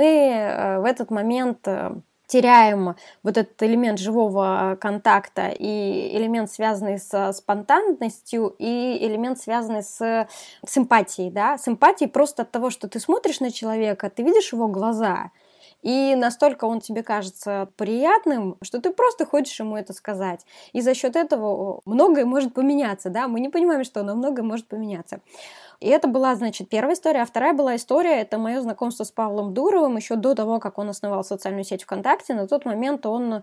мы в этот момент теряем этот элемент живого контакта и элемент, связанный со спонтанностью, и элемент, связанный с симпатией, да, симпатией просто от того, что ты смотришь на человека, ты видишь его глаза, И настолько он тебе кажется приятным, что ты просто хочешь ему это сказать. И за счет этого многое может поменяться, да, мы не понимаем, что, но многое может поменяться. И это была, значит, первая история. А вторая была история, это мое знакомство с Павлом Дуровым еще до того, как он основал социальную сеть ВКонтакте. На тот момент он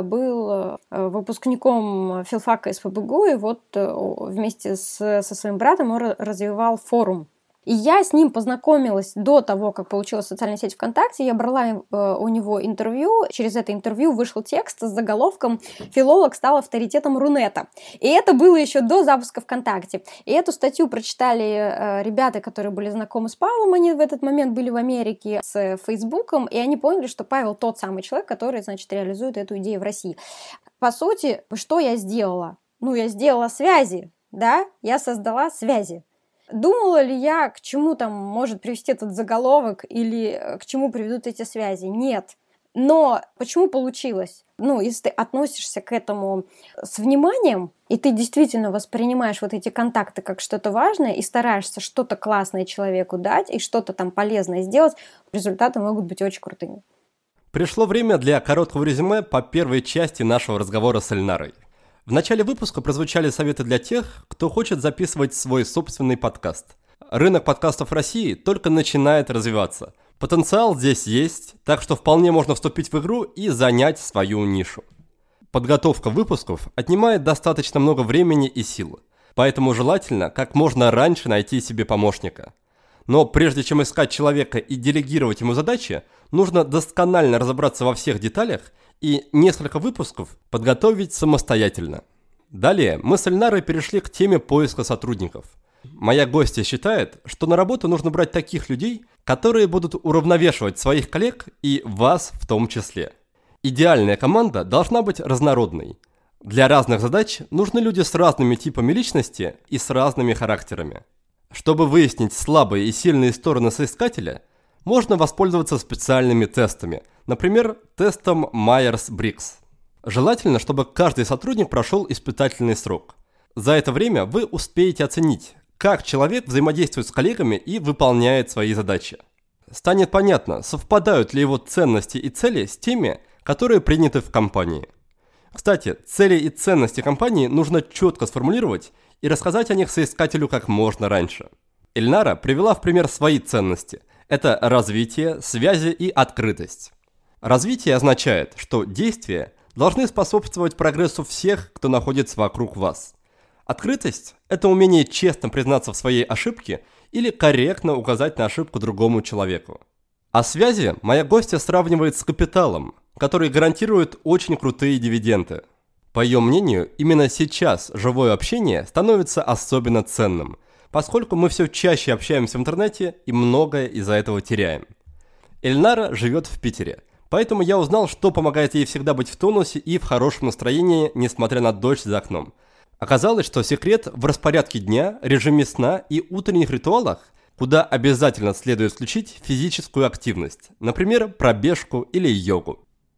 был выпускником филфака СПбГУ, и вот вместе со своим братом он развивал форум. И я с ним познакомилась до того, как получилась социальная сеть ВКонтакте. Я брала у него интервью. Через это интервью вышел текст с заголовком «Филолог стал авторитетом Рунета». И это было еще до запуска ВКонтакте. И эту статью прочитали ребята, которые были знакомы с Павлом. Они в этот момент были в Америке с Фейсбуком. И они поняли, что Павел тот самый человек, который, значит, реализует эту идею в России. По сути, что я сделала? Я сделала связи, да? Я создала связи. Думала ли я, к чему там может привести этот заголовок или к чему приведут эти связи? Нет. Но почему получилось? Если ты относишься к этому с вниманием, и ты действительно воспринимаешь вот эти контакты как что-то важное и стараешься что-то классное человеку дать и что-то там полезное сделать, результаты могут быть очень крутыми. Пришло время для короткого резюме по первой части нашего разговора с Эльнарой. В начале выпуска прозвучали советы для тех, кто хочет записывать свой собственный подкаст. Рынок подкастов в России только начинает развиваться. Потенциал здесь есть, так что вполне можно вступить в игру и занять свою нишу. Подготовка выпусков отнимает достаточно много времени и сил, поэтому желательно как можно раньше найти себе помощника. Но прежде чем искать человека и делегировать ему задачи, нужно досконально разобраться во всех деталях и несколько выпусков подготовить самостоятельно. Далее мы с Эльнарой перешли к теме поиска сотрудников. Моя гостья считает, что на работу нужно брать таких людей, которые будут уравновешивать своих коллег и вас в том числе. Идеальная команда должна быть разнородной. Для разных задач нужны люди с разными типами личности и с разными характерами. Чтобы выяснить слабые и сильные стороны соискателя, можно воспользоваться специальными тестами, например, тестом Майерс-Бриггс. Желательно, чтобы каждый сотрудник прошел испытательный срок. За это время вы успеете оценить, как человек взаимодействует с коллегами и выполняет свои задачи. Станет понятно, совпадают ли его ценности и цели с теми, которые приняты в компании. Кстати, цели и ценности компании нужно четко сформулировать и рассказать о них соискателю как можно раньше. Эльнара привела в пример свои ценности. Это развитие, связи и открытость. Развитие означает, что действия должны способствовать прогрессу всех, кто находится вокруг вас. Открытость – это умение честно признаться в своей ошибке или корректно указать на ошибку другому человеку. А связи моя гостья сравнивает с капиталом, который гарантирует очень крутые дивиденды. По ее мнению, именно сейчас живое общение становится особенно ценным, поскольку мы все чаще общаемся в интернете и многое из-за этого теряем. Эльнара живет в Питере, поэтому я узнал, что помогает ей всегда быть в тонусе и в хорошем настроении, несмотря на дождь за окном. Оказалось, что секрет в распорядке дня, режиме сна и утренних ритуалах, куда обязательно следует включить физическую активность, например, пробежку или йогу.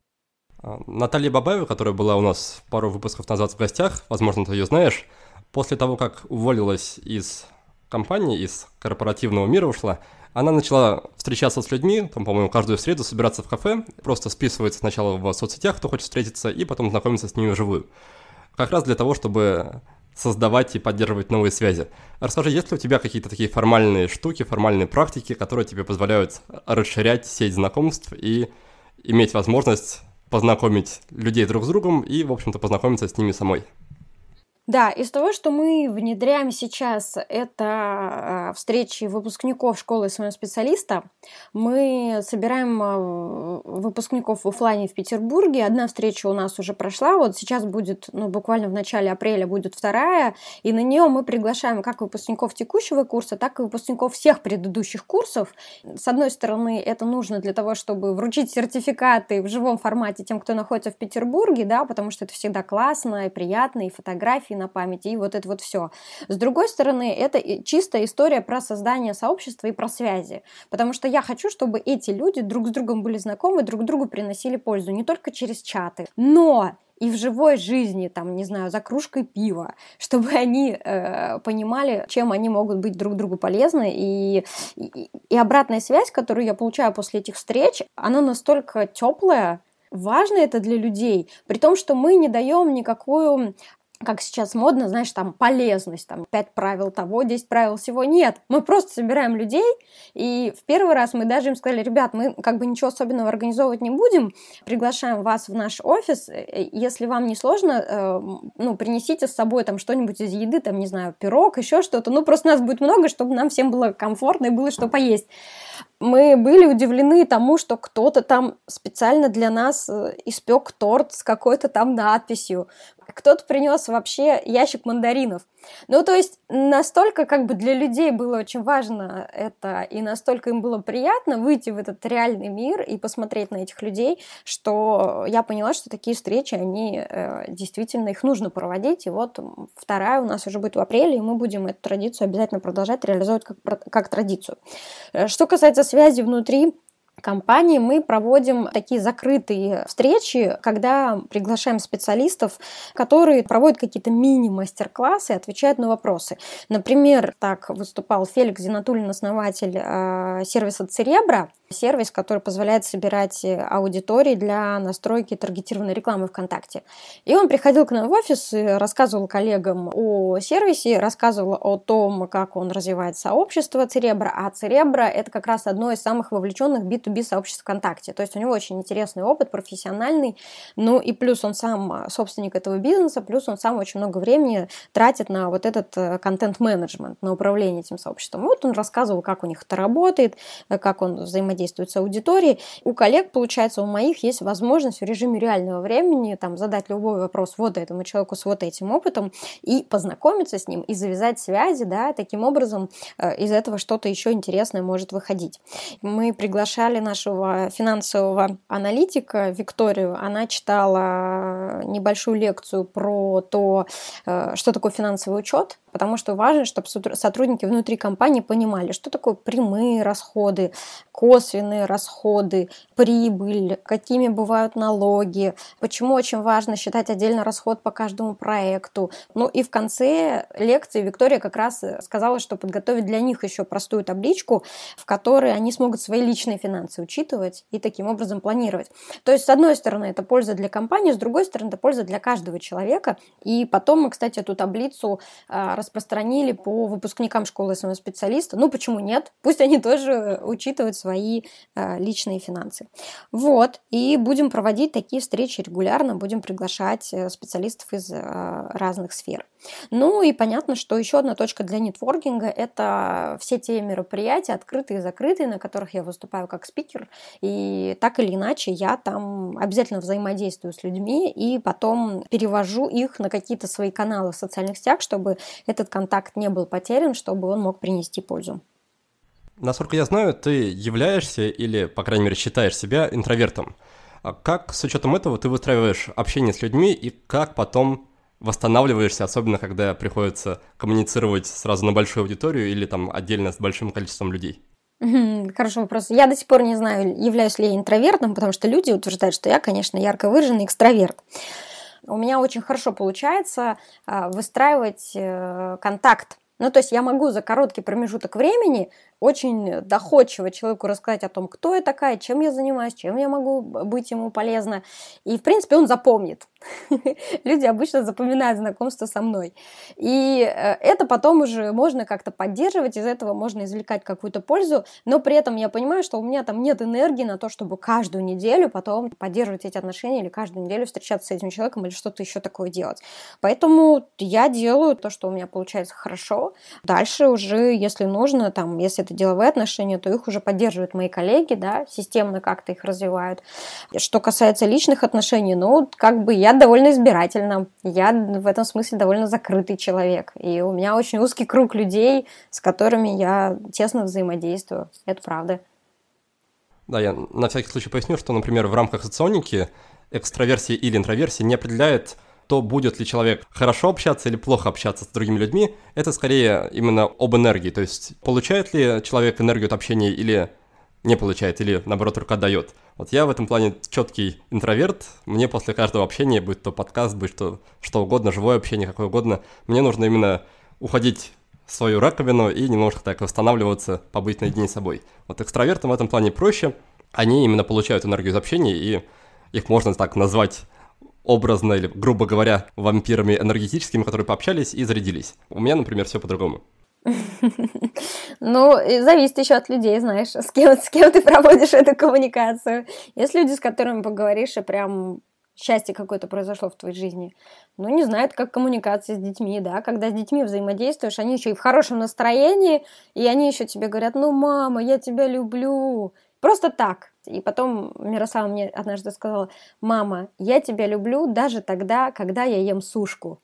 Наталья Бабаева, которая была у нас пару выпусков назад в гостях, возможно, ты ее знаешь, после того, как уволилась из компании, из корпоративного мира ушла, она начала встречаться с людьми, там, по-моему, каждую среду собираться в кафе, просто списывается сначала в соцсетях, кто хочет встретиться, и потом знакомиться с ними вживую. Как раз для того, чтобы создавать и поддерживать новые связи. Расскажи, есть ли у тебя какие-то такие формальные штуки, формальные практики, которые тебе позволяют расширять сеть знакомств и иметь возможность познакомить людей друг с другом и, в общем-то, познакомиться с ними самой? Да, из того, что мы внедряем сейчас, это встречи выпускников школы своего специалиста. Мы собираем выпускников в офлайне в Петербурге. Одна встреча у нас уже прошла, вот сейчас будет, буквально в начале апреля будет вторая, и на нее мы приглашаем как выпускников текущего курса, так и выпускников всех предыдущих курсов. С одной стороны, это нужно для того, чтобы вручить сертификаты в живом формате тем, кто находится в Петербурге, да, потому что это всегда классно и приятно, и фотографии на памяти, и вот это вот все. С другой стороны, это чистая история про создание сообщества и про связи, потому что я хочу, чтобы эти люди друг с другом были знакомы, друг другу приносили пользу, не только через чаты. Но и в живой жизни, там, не знаю, за кружкой пива, чтобы они понимали, чем они могут быть друг другу полезны. И обратная связь, которую я получаю после этих встреч, она настолько теплая, важно это для людей, при том, что мы не даем никакую, как сейчас модно, знаешь, там, полезность, там, 5 правил того, 10 правил всего. Нет, мы просто собираем людей, и в первый раз мы даже им сказали: ребят, мы как бы ничего особенного организовывать не будем, приглашаем вас в наш офис, если вам не сложно, принесите с собой там что-нибудь из еды, там, не знаю, пирог, еще что-то, просто нас будет много, чтобы нам всем было комфортно и было что поесть. Мы были удивлены тому, что кто-то там специально для нас испек торт с какой-то там надписью. Кто-то принес вообще ящик мандаринов. То есть настолько как бы для людей было очень важно это, и настолько им было приятно выйти в этот реальный мир и посмотреть на этих людей, что я поняла, что такие встречи, они действительно, их нужно проводить. И вот вторая у нас уже будет в апреле, и мы будем эту традицию обязательно продолжать реализовывать как традицию. Что касается связи внутри компании, мы проводим такие закрытые встречи, когда приглашаем специалистов, которые проводят какие-то мини-мастер-классы и отвечают на вопросы. Например, так выступал Феликс Зинатуллин, основатель сервиса Cerebro, сервис, который позволяет собирать аудитории для настройки таргетированной рекламы ВКонтакте. И он приходил к нам в офис и рассказывал коллегам о сервисе, рассказывал о том, как он развивает сообщество Cerebro, а Cerebro — это как раз одно из самых вовлеченных B2B сообществ ВКонтакте. То есть у него очень интересный опыт, профессиональный, и плюс он сам собственник этого бизнеса, плюс он сам очень много времени тратит на вот этот контент-менеджмент, на управление этим сообществом. Вот он рассказывал, как у них это работает, как он взаимодействует с аудиторией. У коллег, получается, у моих есть возможность в режиме реального времени задать любой вопрос вот этому человеку с вот этим опытом и познакомиться с ним, и завязать связи, таким образом из этого что-то еще интересное может выходить. Мы приглашали нашего финансового аналитика Викторию, она читала небольшую лекцию про то, что такое финансовый учет, потому что важно, чтобы сотрудники внутри компании понимали, что такое прямые расходы, косвенные расходы, прибыль, какими бывают налоги, почему очень важно считать отдельно расход по каждому проекту. И в конце лекции Виктория как раз сказала, что подготовит для них еще простую табличку, в которой они смогут свои личные финансы учитывать и таким образом планировать. То есть, с одной стороны, это польза для компании, с другой стороны, это польза для каждого человека. И потом мы, кстати, эту таблицу распространили по выпускникам школы СММ-специалиста. Почему нет? Пусть они тоже учитывают свои личные финансы. И будем проводить такие встречи регулярно, будем приглашать специалистов из разных сфер. И понятно, что еще одна точка для нетворкинга — это все те мероприятия, открытые и закрытые, на которых я выступаю как спикер, и так или иначе я там обязательно взаимодействую с людьми и потом перевожу их на какие-то свои каналы в социальных сетях, чтобы этот контакт не был потерян, чтобы он мог принести пользу. Насколько я знаю, ты являешься или, по крайней мере, считаешь себя интровертом. А как с учетом этого ты выстраиваешь общение с людьми и как потом восстанавливаешься, особенно когда приходится коммуницировать сразу на большую аудиторию или там отдельно с большим количеством людей? Хороший вопрос. Я до сих пор не знаю, являюсь ли я интровертом, потому что люди утверждают, что я, конечно, ярко выраженный экстраверт. У меня очень хорошо получается выстраивать контакт. То есть я могу за короткий промежуток времени очень доходчиво человеку рассказать о том, кто я такая, чем я занимаюсь, чем я могу быть ему полезна. И, в принципе, он запомнит. Люди обычно запоминают знакомство со мной. И это потом уже можно как-то поддерживать, из этого можно извлекать какую-то пользу, но при этом я понимаю, что у меня там нет энергии на то, чтобы каждую неделю потом поддерживать эти отношения или каждую неделю встречаться с этим человеком или что-то еще такое делать. Поэтому я делаю то, что у меня получается хорошо. Дальше уже, если нужно, если это деловые отношения, то их уже поддерживают мои коллеги, системно как-то их развивают. Что касается личных отношений, я довольно избирательна. Я в этом смысле довольно закрытый человек. И у меня очень узкий круг людей, с которыми я тесно взаимодействую. Это правда. Да, я на всякий случай поясню, что, например, в рамках соционики экстраверсия или интроверсия не определяет то, будет ли человек хорошо общаться или плохо общаться с другими людьми. Это скорее именно об энергии. То есть получает ли человек энергию от общения или не получает или, наоборот, только отдает. Вот я в этом плане четкий интроверт. Мне после каждого общения, будь то подкаст, будь то что угодно, живое общение, какое угодно, мне нужно именно уходить в свою раковину и немножко так восстанавливаться, побыть наедине с собой. Вот экстравертам в этом плане проще. Они именно получают энергию из общения, и их можно так назвать образно или, грубо говоря, вампирами энергетическими, которые пообщались и зарядились. У меня, например, все по-другому. Ну, зависит еще от людей, знаешь, с кем ты проводишь эту коммуникацию. Есть люди, с которыми поговоришь, и прям счастье какое-то произошло в твоей жизни. Ну, не знаю, это как коммуникация с детьми, да, когда с детьми взаимодействуешь, они еще и в хорошем настроении, и они еще тебе говорят: ну, мама, я тебя люблю. Просто так. И потом Мирослава мне однажды сказала: мама, я тебя люблю даже тогда, когда я ем сушку.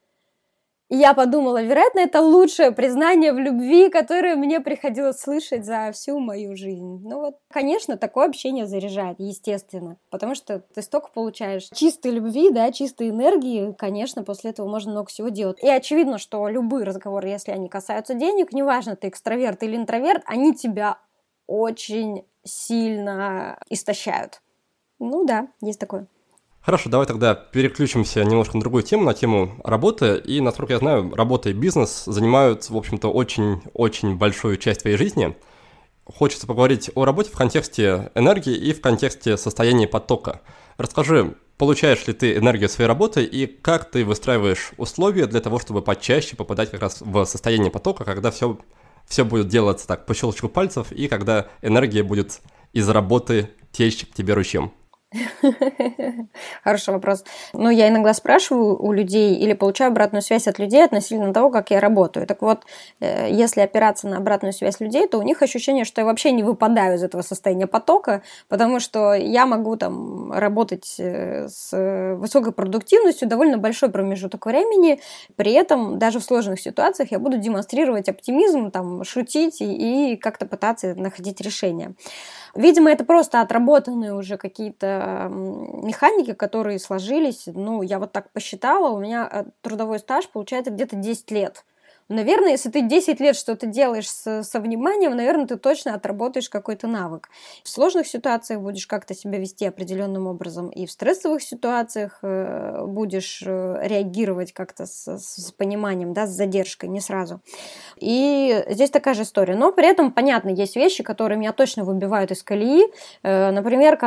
И я подумала, вероятно, это лучшее признание в любви, которое мне приходилось слышать за всю мою жизнь. Ну вот, конечно, такое общение заряжает, естественно, потому что ты столько получаешь чистой любви, да, чистой энергии, конечно, после этого можно много всего делать. И очевидно, что любые разговоры, если они касаются денег, неважно, ты экстраверт или интроверт, они тебя очень сильно истощают. Ну да, есть такое. Хорошо, давай тогда переключимся немножко на другую тему, на тему работы. И, насколько я знаю, работа и бизнес занимают, в общем-то, очень-очень большую часть твоей жизни. Хочется поговорить о работе в контексте энергии и в контексте состояния потока. Расскажи, получаешь ли ты энергию своей работы и как ты выстраиваешь условия для того, чтобы почаще попадать как раз в состояние потока, когда все будет делаться так по щелчку пальцев и когда энергия будет из работы течь к тебе ручьем? Хороший вопрос. Ну, я иногда спрашиваю у людей или получаю обратную связь от людей относительно того, как я работаю. Так вот, если опираться на обратную связь людей, то у них ощущение, что я вообще не выпадаю из этого состояния потока, потому что я могу там работать с высокой продуктивностью довольно большой промежуток времени, при этом даже в сложных ситуациях я буду демонстрировать оптимизм, там, шутить и как-то пытаться находить решения. Видимо, это просто отработанные уже какие-то механики, которые сложились. Ну, я вот так посчитала, у меня трудовой стаж получается где-то 10 лет. Наверное, если ты 10 лет что-то делаешь со вниманием, наверное, ты точно отработаешь какой-то навык. В сложных ситуациях будешь как-то себя вести определенным образом, и в стрессовых ситуациях будешь реагировать как-то с пониманием, да, с задержкой, не сразу. И здесь такая же история. Но при этом, понятно, есть вещи, которые меня точно выбивают из колеи. Например,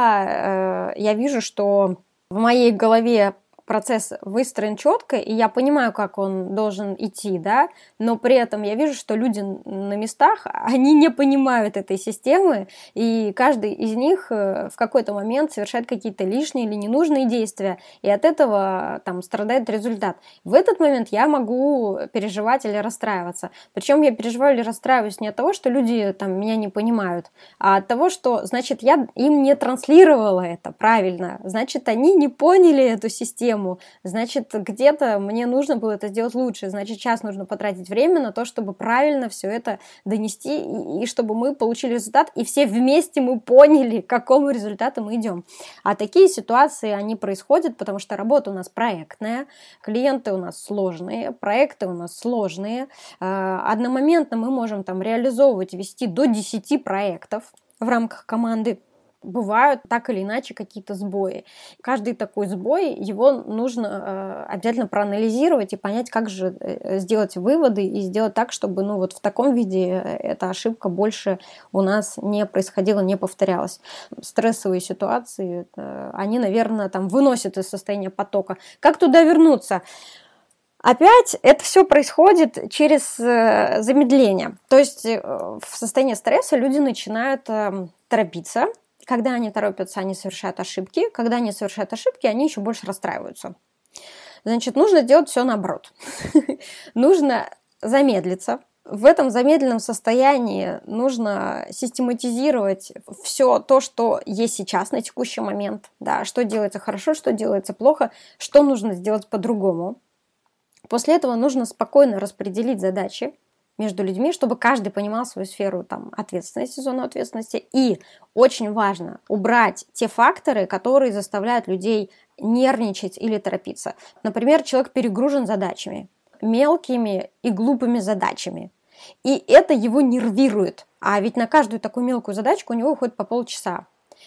когда я вижу, что в моей голове процесс выстроен четко, и я понимаю, как он должен идти, да, но при этом я вижу, что люди на местах, они не понимают этой системы, и каждый из них в какой-то момент совершает какие-то лишние или ненужные действия, и от этого там страдает результат. В этот момент я могу переживать или расстраиваться. Причем я переживаю или расстраиваюсь не от того, что люди там меня не понимают, а от того, что, значит, я им не транслировала это правильно, значит, они не поняли эту систему, значит, где-то мне нужно было это сделать лучше, значит, сейчас нужно потратить время на то, чтобы правильно все это донести, и чтобы мы получили результат, и все вместе мы поняли, к какому результату мы идем. А такие ситуации, они происходят, потому что работа у нас проектная, клиенты у нас сложные, проекты у нас сложные, одномоментно мы можем там реализовывать, вести до 10 проектов в рамках команды. Бывают так или иначе какие-то сбои. Каждый такой сбой, его нужно обязательно проанализировать и понять, как же сделать выводы и сделать так, чтобы ну, вот в таком виде эта ошибка больше у нас не происходила, не повторялась. Стрессовые ситуации, они, наверное, там выносят из состояния потока. Как туда вернуться? Опять это все происходит через замедление. То есть в состоянии стресса люди начинают торопиться. Когда они торопятся, они совершают ошибки. Когда они совершают ошибки, они еще больше расстраиваются. Значит, нужно делать все наоборот. Нужно замедлиться. В этом замедленном состоянии нужно систематизировать все то, что есть сейчас на текущий момент. Да, что делается хорошо, что делается плохо, что нужно сделать по-другому. После этого нужно спокойно распределить задачи между людьми, чтобы каждый понимал свою сферу там, ответственности, зону ответственности. И очень важно убрать те факторы, которые заставляют людей нервничать или торопиться. Например, человек перегружен задачами, мелкими и глупыми задачами. И это его нервирует. А ведь на каждую такую мелкую задачку у него уходит по полчаса.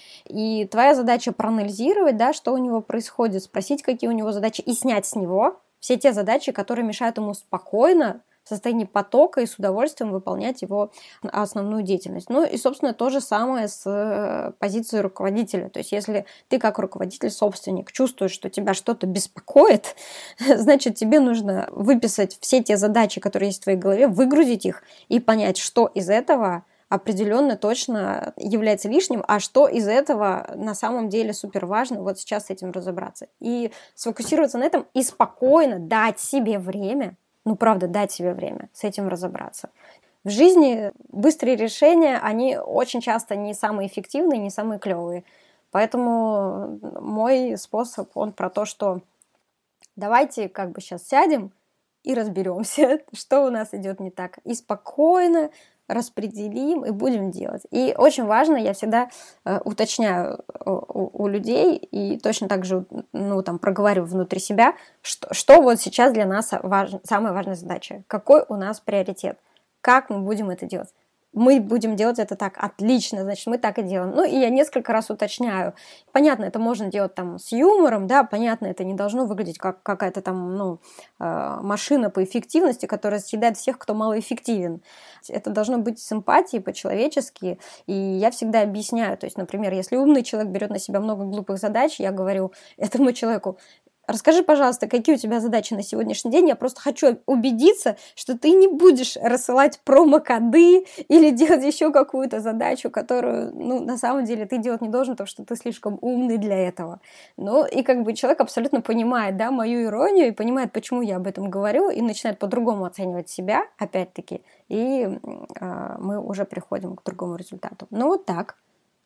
И твоя задача проанализировать, да, что у него происходит, спросить, какие у него задачи, и снять с него все те задачи, которые мешают ему спокойно, в состоянии потока и с удовольствием выполнять его основную деятельность. Ну и, собственно, то же самое с позицией руководителя. То есть если ты как руководитель, собственник, чувствуешь, что тебя что-то беспокоит, значит, тебе нужно выписать все те задачи, которые есть в твоей голове, выгрузить их и понять, что из этого определенно точно является лишним, а что из этого на самом деле супер важно, вот сейчас с этим разобраться. И сфокусироваться на этом и спокойно дать себе время, ну, правда, дать себе время с этим разобраться. В жизни быстрые решения, они очень часто не самые эффективные, не самые клевые. Поэтому мой способ, он про то, что давайте как бы сейчас сядем и разберемся, что у нас идет не так. И спокойно распределим и будем делать. И очень важно, я всегда уточняю у людей и точно так же проговариваю внутри себя, что вот сейчас для нас самая важная задача, какой у нас приоритет, как мы будем это делать. Мы будем делать это так, отлично, значит, мы так и делаем. Ну, и я несколько раз уточняю. Понятно, это можно делать там с юмором, да, понятно, это не должно выглядеть как какая-то там, машина по эффективности, которая съедает всех, кто малоэффективен. Это должно быть с эмпатией, по-человечески, и я всегда объясняю. То есть, например, если умный человек берет на себя много глупых задач, я говорю этому человеку: расскажи, пожалуйста, какие у тебя задачи на сегодняшний день. Я просто хочу убедиться, что ты не будешь рассылать промокоды или делать еще какую-то задачу, которую, на самом деле ты делать не должен, потому что ты слишком умный для этого. Ну, и как бы человек абсолютно понимает, да, мою иронию и понимает, почему я об этом говорю, и начинает по-другому оценивать себя, опять-таки, и мы уже приходим к другому результату. Ну, вот так.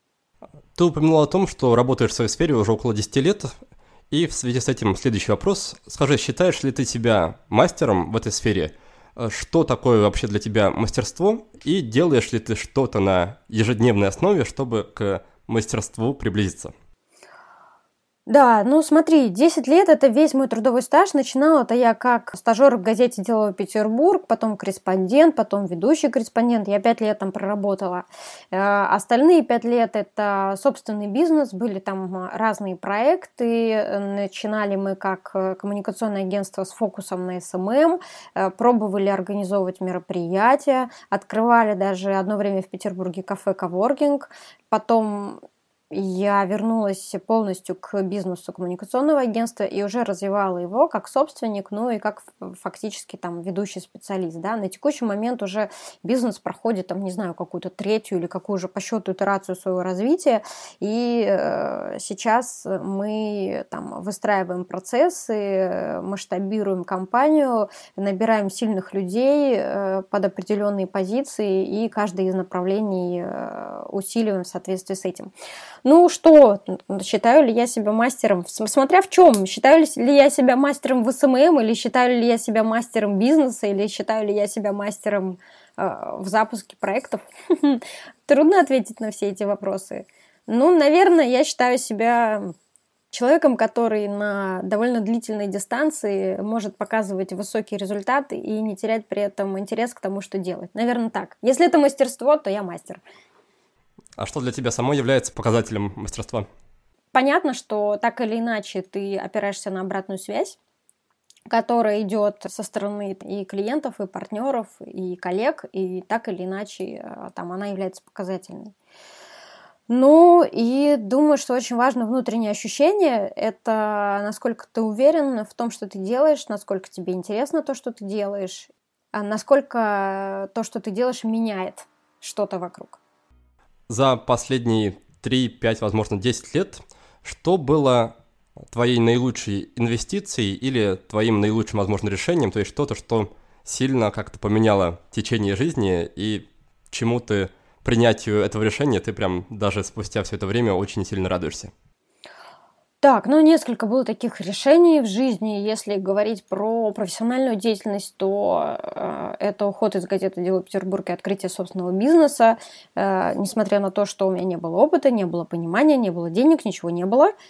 Ты упомянула о том, что работаешь в своей сфере уже около 10 лет. И в связи с этим следующий вопрос. Скажи, считаешь ли ты себя мастером в этой сфере? Что такое вообще для тебя мастерство? И делаешь ли ты что-то на ежедневной основе, чтобы к мастерству приблизиться? Да, смотри, 10 лет – это весь мой трудовой стаж. Начинала-то я как стажер в газете «Деловой Петербург», потом корреспондент, потом ведущий корреспондент. Я 5 лет там проработала. Остальные 5 лет – это собственный бизнес, были там разные проекты. Начинали мы как коммуникационное агентство с фокусом на СММ, пробовали организовывать мероприятия, открывали даже одно время в Петербурге кафе «Коворкинг», потом я вернулась полностью к бизнесу коммуникационного агентства и уже развивала его как собственник, и как фактически там ведущий специалист. Да. На текущий момент уже бизнес проходит, там, не знаю, какую-то третью или какую же по счету итерацию своего развития. И сейчас мы там выстраиваем процессы, масштабируем компанию, набираем сильных людей под определенные позиции и каждое из направлений усиливаем в соответствии с этим. Что, считаю ли я себя мастером, смотря в чем, считаю ли я себя мастером в СММ, или считаю ли я себя мастером бизнеса, или считаю ли я себя мастером в запуске проектов? Трудно ответить на все эти вопросы. Наверное, я считаю себя человеком, который на довольно длительной дистанции может показывать высокие результаты и не терять при этом интерес к тому, что делать. Наверное, так. Если это мастерство, то я мастер. А что для тебя самой является показателем мастерства? Понятно, что так или иначе ты опираешься на обратную связь, которая идет со стороны и клиентов, и партнеров, и коллег, и так или иначе там она является показательной. И думаю, что очень важно внутреннее ощущение. Это насколько ты уверен в том, что ты делаешь, насколько тебе интересно то, что ты делаешь, насколько то, что ты делаешь, меняет что-то вокруг. За последние 3, 5, возможно, 10 лет, что было твоей наилучшей инвестицией или твоим наилучшим, возможно, решением, то есть что-то, что сильно как-то поменяло течение жизни, и чему-то принятию этого решения ты прям даже спустя все это время очень сильно радуешься? Так, несколько было таких решений в жизни. Если говорить про профессиональную деятельность, то это уход из газеты «Деловой Петербург» и открытие собственного бизнеса. Несмотря на то, что у меня не было опыта, не было понимания, не было денег, ничего не было.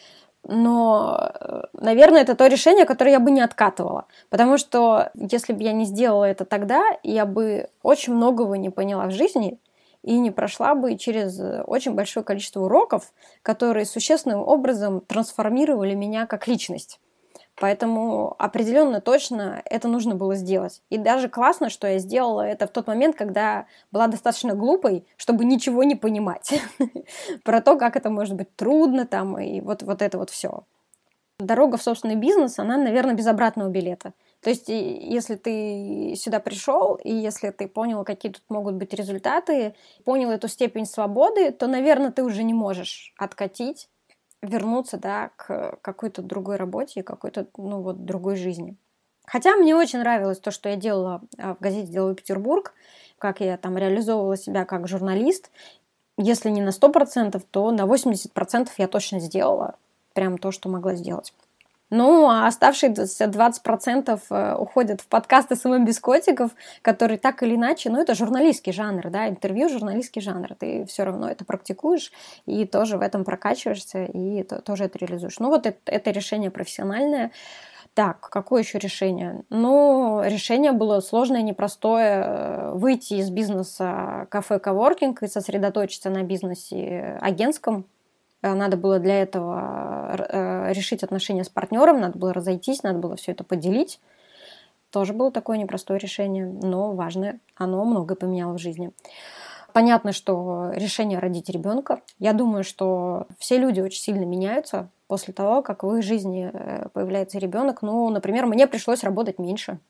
Но, наверное, это то решение, которое я бы не откатывала. Потому что если бы я не сделала это тогда, я бы очень многого не поняла в жизни и не прошла бы через очень большое количество уроков, которые существенным образом трансформировали меня как личность. Поэтому определенно точно это нужно было сделать. И даже классно, что я сделала это в тот момент, когда была достаточно глупой, чтобы ничего не понимать. Про то, как это может быть трудно там, и вот это вот все. Дорога в собственный бизнес, она, наверное, без обратного билета. То есть, если ты сюда пришел, и если ты понял, какие тут могут быть результаты, понял эту степень свободы, то, наверное, ты уже не можешь откатить, вернуться, да, к какой-то другой работе и какой-то, другой жизни. Хотя мне очень нравилось то, что я делала в газете «Деловой Петербург», как я там реализовывала себя как журналист. Если не на 100%, то на 80% я точно сделала прям то, что могла сделать. А оставшиеся 20% уходят в подкасты «СММ без котиков», которые так или иначе, это журналистский жанр, да, интервью, журналистский жанр. Ты все равно это практикуешь и тоже в этом прокачиваешься и тоже это реализуешь. Это решение профессиональное. Так, какое еще решение? Решение было сложное, непростое. Выйти из бизнеса кафе-коворкинг и сосредоточиться на бизнесе агентском. Надо было для этого решить отношения с партнером, надо было разойтись, надо было все это поделить. Тоже было такое непростое решение, но важное. Оно многое поменяло в жизни. Понятно, что решение родить ребенка. Я думаю, что все люди очень сильно меняются после того, как в их жизни появляется ребенок. Например, мне пришлось работать меньше.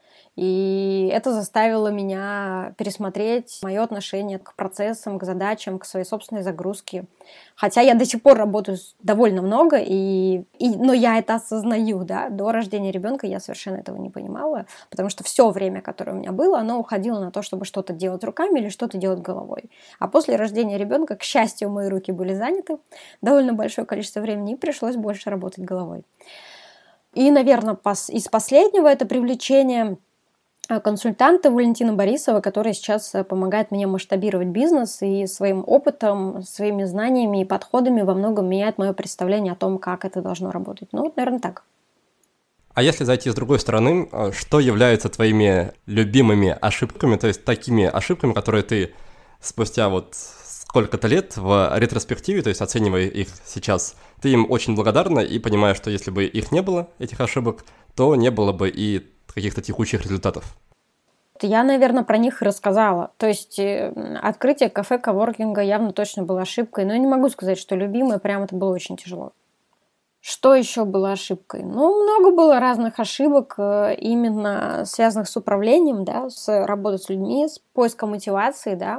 И это заставило меня пересмотреть мое отношение к процессам, к задачам, к своей собственной загрузке. Хотя я до сих пор работаю довольно много, но я это осознаю, да. До рождения ребенка я совершенно этого не понимала, потому что все время, которое у меня было, оно уходило на то, чтобы что-то делать руками или что-то делать головой. А после рождения ребенка, к счастью, мои руки были заняты довольно большое количество времени, и пришлось больше работать головой. И, наверное, из последнего это привлечение консультанта Валентина Борисова, которая сейчас помогает мне масштабировать бизнес и своим опытом, своими знаниями и подходами во многом меняет мое представление о том, как это должно работать. Наверное, так. А если зайти с другой стороны, что является твоими любимыми ошибками, то есть такими ошибками, которые ты спустя сколько-то лет в ретроспективе, то есть оценивая их сейчас, ты им очень благодарна и понимаешь, что если бы их не было, этих ошибок, то не было бы и каких-то текущих результатов? Я, наверное, про них и рассказала. То есть открытие кафе-коворкинга явно точно было ошибкой, но я не могу сказать, что любимое, прям это было очень тяжело. Что еще было ошибкой? Много было разных ошибок, именно связанных с управлением, да, с работой с людьми, с поиском мотивации, да.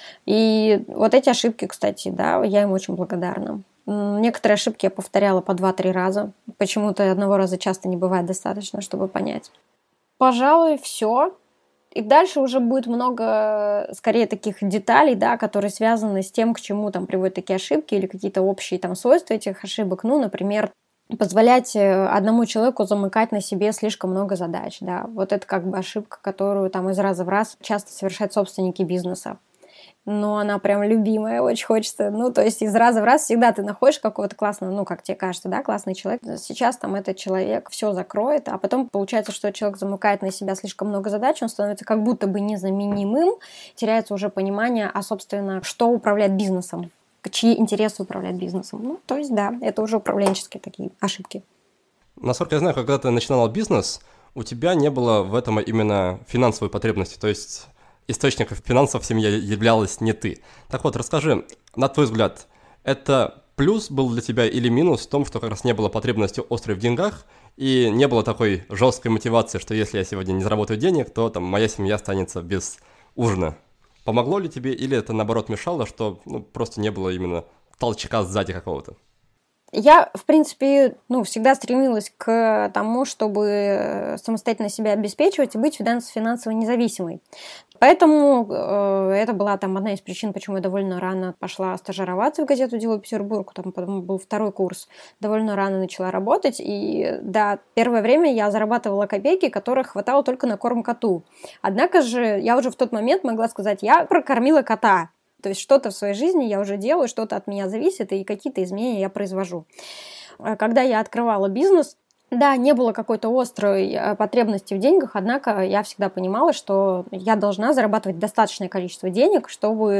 И эти ошибки, кстати, да, я им очень благодарна. Некоторые ошибки я повторяла по 2-3 раза. Почему-то одного раза часто не бывает достаточно, чтобы понять. Пожалуй, все. И дальше уже будет много, скорее, таких деталей, да, которые связаны с тем, к чему приводят такие ошибки или какие-то общие свойства этих ошибок. Например, позволять одному человеку замыкать на себе слишком много задач. Да. Это как бы ошибка, которую из раза в раз часто совершают собственники бизнеса. Но она прям любимая, очень хочется. То есть из раза в раз всегда ты находишь какого-то классного, как тебе кажется, да, классный человек. Сейчас этот человек все закроет, а потом получается, что человек замыкает на себя слишком много задач, он становится как будто бы незаменимым, теряется уже понимание, собственно, что управляет бизнесом, чьи интересы управляют бизнесом. То есть, да, это уже управленческие такие ошибки. Насколько я знаю, когда ты начинала бизнес, у тебя не было в этом именно финансовой потребности, то есть источником финансов в семье являлась не ты. Так вот, расскажи, на твой взгляд, это плюс был для тебя или минус в том, что как раз не было потребности острой в деньгах и не было такой жесткой мотивации, что если я сегодня не заработаю денег, то моя семья останется без ужина? Помогло ли тебе или это наоборот мешало, что просто не было именно толчка сзади какого-то? Я, в принципе, всегда стремилась к тому, чтобы самостоятельно себя обеспечивать и быть финансово независимой. Поэтому это была одна из причин, почему я довольно рано пошла стажироваться в газету «Деловой Петербург», потом был 2-й курс, довольно рано начала работать, и да, первое время я зарабатывала копейки, которых хватало только на корм коту. Однако же я уже в тот момент могла сказать, я прокормила кота. То есть что-то в своей жизни я уже делаю, что-то от меня зависит, и какие-то изменения я произвожу. Когда я открывала бизнес, да, не было какой-то острой потребности в деньгах, однако я всегда понимала, что я должна зарабатывать достаточное количество денег,